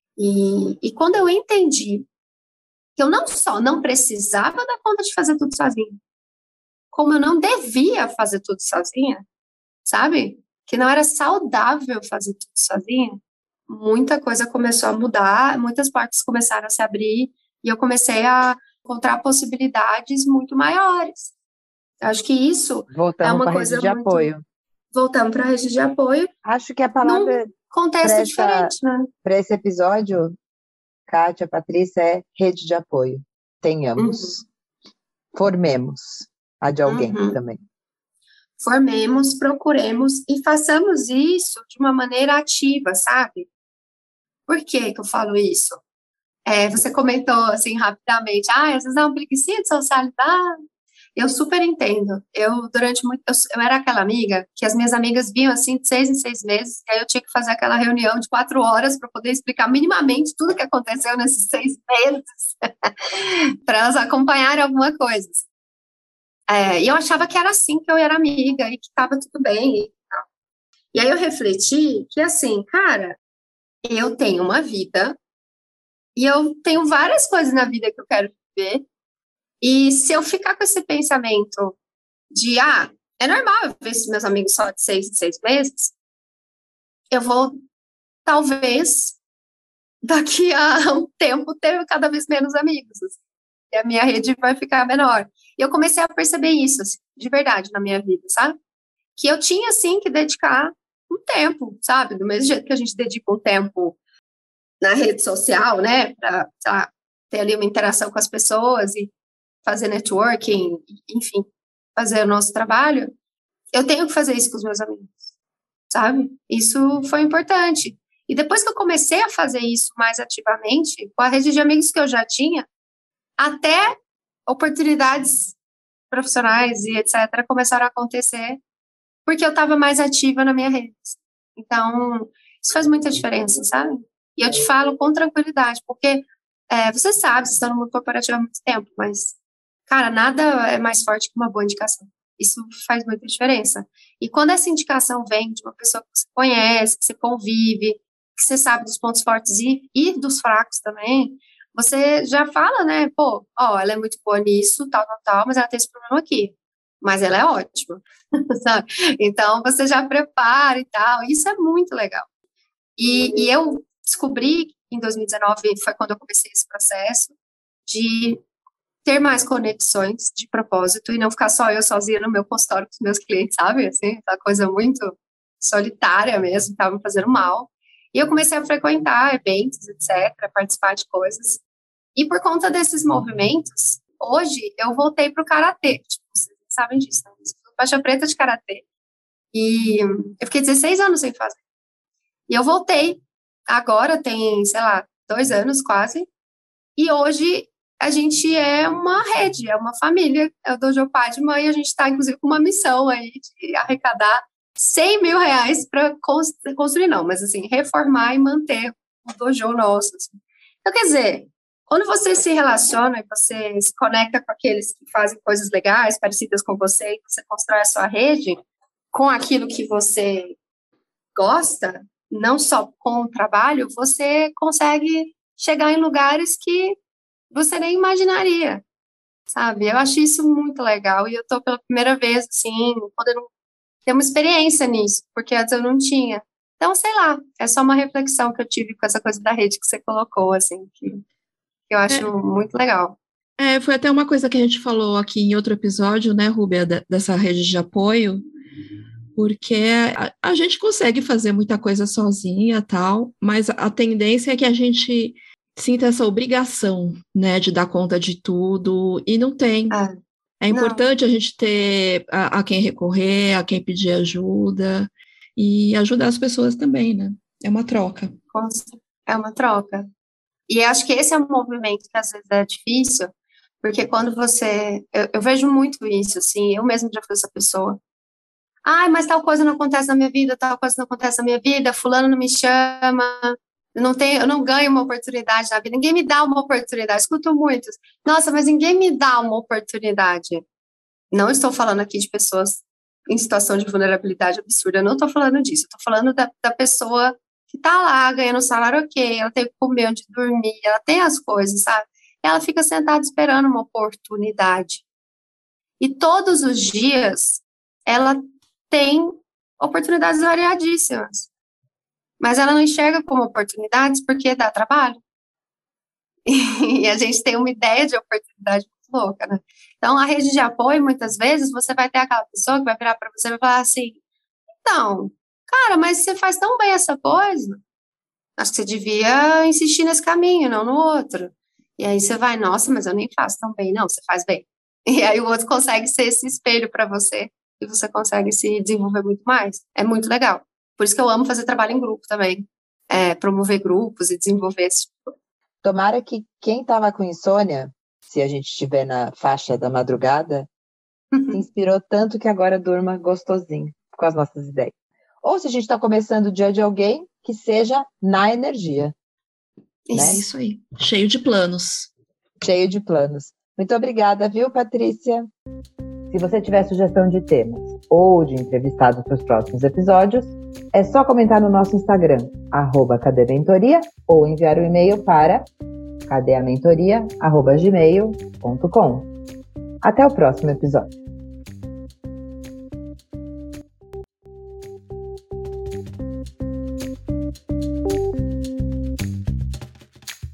E quando eu entendi que eu não só não precisava dar conta de fazer tudo sozinha, como eu não devia fazer tudo sozinha, sabe? Que não era saudável fazer tudo sozinha, muita coisa começou a mudar, muitas portas começaram a se abrir, e eu comecei a encontrar possibilidades muito maiores. Eu acho que isso é uma coisa rede de muito... apoio. Voltamos para a rede de apoio. Acho que a palavra... contexto diferente, né? Para esse episódio, Kátia, Patrícia, é rede de apoio. Tenhamos. Formemos a de alguém também. Formemos, procuremos e façamos isso de uma maneira ativa, sabe? Por que eu falo isso? Você comentou, assim, rapidamente, às vezes dá uma preguiça de socializar. Eu super entendo. Durante muito... Eu era aquela amiga que as minhas amigas vinham, assim, de 6 em 6 meses, e aí eu tinha que fazer aquela reunião de 4 horas para poder explicar minimamente tudo que aconteceu nesses 6 meses, para elas acompanharem alguma coisa. E eu achava que era assim que eu era amiga e que estava tudo bem e tal. E aí eu refleti que, assim, cara, eu tenho uma vida e eu tenho várias coisas na vida que eu quero viver. E se eu ficar com esse pensamento de, é normal eu ver esses meus amigos só de 6 em 6 meses, eu vou, talvez, daqui a um tempo, ter cada vez menos amigos. Assim, e a minha rede vai ficar menor. E eu comecei a perceber isso, assim, de verdade, na minha vida, sabe? Que eu tinha, assim, que dedicar um tempo, sabe? Do mesmo jeito que a gente dedica um tempo na rede social, né? Para, sei lá, ter ali uma interação com as pessoas e fazer networking, enfim, fazer o nosso trabalho, eu tenho que fazer isso com os meus amigos, sabe? Isso foi importante. E depois que eu comecei a fazer isso mais ativamente, com a rede de amigos que eu já tinha, até oportunidades profissionais e etc. começaram a acontecer porque eu estava mais ativa na minha rede. Então, isso faz muita diferença, sabe? E eu te falo com tranquilidade, porque você sabe, você está no mundo corporativo há muito tempo, mas cara, nada é mais forte que uma boa indicação. Isso faz muita diferença. E quando essa indicação vem de uma pessoa que você conhece, que você convive, que você sabe dos pontos fortes e dos fracos também, você já fala, né? Ela é muito boa nisso, tal, mas ela tem esse problema aqui. mas ela é ótima, sabe? Então, você já prepara e tal, isso é muito legal. E eu descobri, em 2019, foi quando eu comecei esse processo, de ter mais conexões de propósito e não ficar só eu sozinha no meu consultório com os meus clientes, sabe? Assim, aquela coisa muito solitária mesmo, estava me fazendo mal. E eu comecei a frequentar eventos, etc., participar de coisas. E por conta desses movimentos, hoje eu voltei para o karatê. Tipo, vocês sabem disso, né? Eu sou faixa preta de karatê. E eu fiquei 16 anos sem fazer. E eu voltei. Agora tem, sei lá, 2 anos quase. E hoje a gente é uma rede, é uma família. É o Dojo Pai de Mãe. A gente está, inclusive, com uma missão aí de arrecadar 100 mil reais para construir, não, mas assim, reformar e manter o dojo nosso. Assim. Então, quer dizer, quando você se relaciona e você se conecta com aqueles que fazem coisas legais, parecidas com você, e você constrói a sua rede com aquilo que você gosta, não só com o trabalho, você consegue chegar em lugares que você nem imaginaria, sabe? Eu acho isso muito legal e eu tô pela primeira vez, assim, podendo ter uma experiência nisso, porque antes eu não tinha. Então, sei lá, é só uma reflexão que eu tive com essa coisa da rede que você colocou, assim, que eu acho muito legal. Foi até uma coisa que a gente falou aqui em outro episódio, né, Rúbia, dessa rede de apoio, porque a gente consegue fazer muita coisa sozinha, tal, mas a tendência é que a gente sinta essa obrigação, né, de dar conta de tudo, e não tem. É importante a gente ter a quem recorrer, a quem pedir ajuda, e ajudar as pessoas também, né? É uma troca. É uma troca. E acho que esse é um movimento que às vezes é difícil, porque quando você... Eu vejo muito isso, assim, eu mesma já fui essa pessoa. Mas tal coisa não acontece na minha vida, tal coisa não acontece na minha vida, fulano não me chama, eu não ganho uma oportunidade na vida, ninguém me dá uma oportunidade, escuto muitos. Nossa, mas ninguém me dá uma oportunidade. Não estou falando aqui de pessoas em situação de vulnerabilidade absurda, eu não estou falando disso, estou falando da pessoa que está lá ganhando salário ok, ela tem que comer onde dormir, ela tem as coisas, sabe? Ela fica sentada esperando uma oportunidade. E todos os dias ela tem oportunidades variadíssimas, mas ela não enxerga como oportunidades porque dá trabalho. E a gente tem uma ideia de oportunidade muito louca, né? Então, a rede de apoio, muitas vezes, você vai ter aquela pessoa que vai virar para você e vai falar assim, então, cara, mas você faz tão bem essa coisa, acho que você devia insistir nesse caminho, não no outro. E aí você vai, nossa, mas eu nem faço tão bem. Não, você faz bem. E aí o outro consegue ser esse espelho para você e você consegue se desenvolver muito mais. É muito legal. Por isso que eu amo fazer trabalho em grupo também. Promover grupos e desenvolver esse tipo de coisa. Tomara que quem estava com insônia, se a gente estiver na faixa da madrugada, se inspirou tanto que agora durma gostosinho com as nossas ideias. Ou se a gente está começando o dia de alguém, que seja na energia. Isso aí. Cheio de planos. Cheio de planos. Muito obrigada, viu, Patrícia? Se você tiver sugestão de temas ou de entrevistados para os próximos episódios, é só comentar no nosso Instagram, @cadeamentoria, ou enviar um e-mail para cadeamentoria@gmail.com. Até o próximo episódio.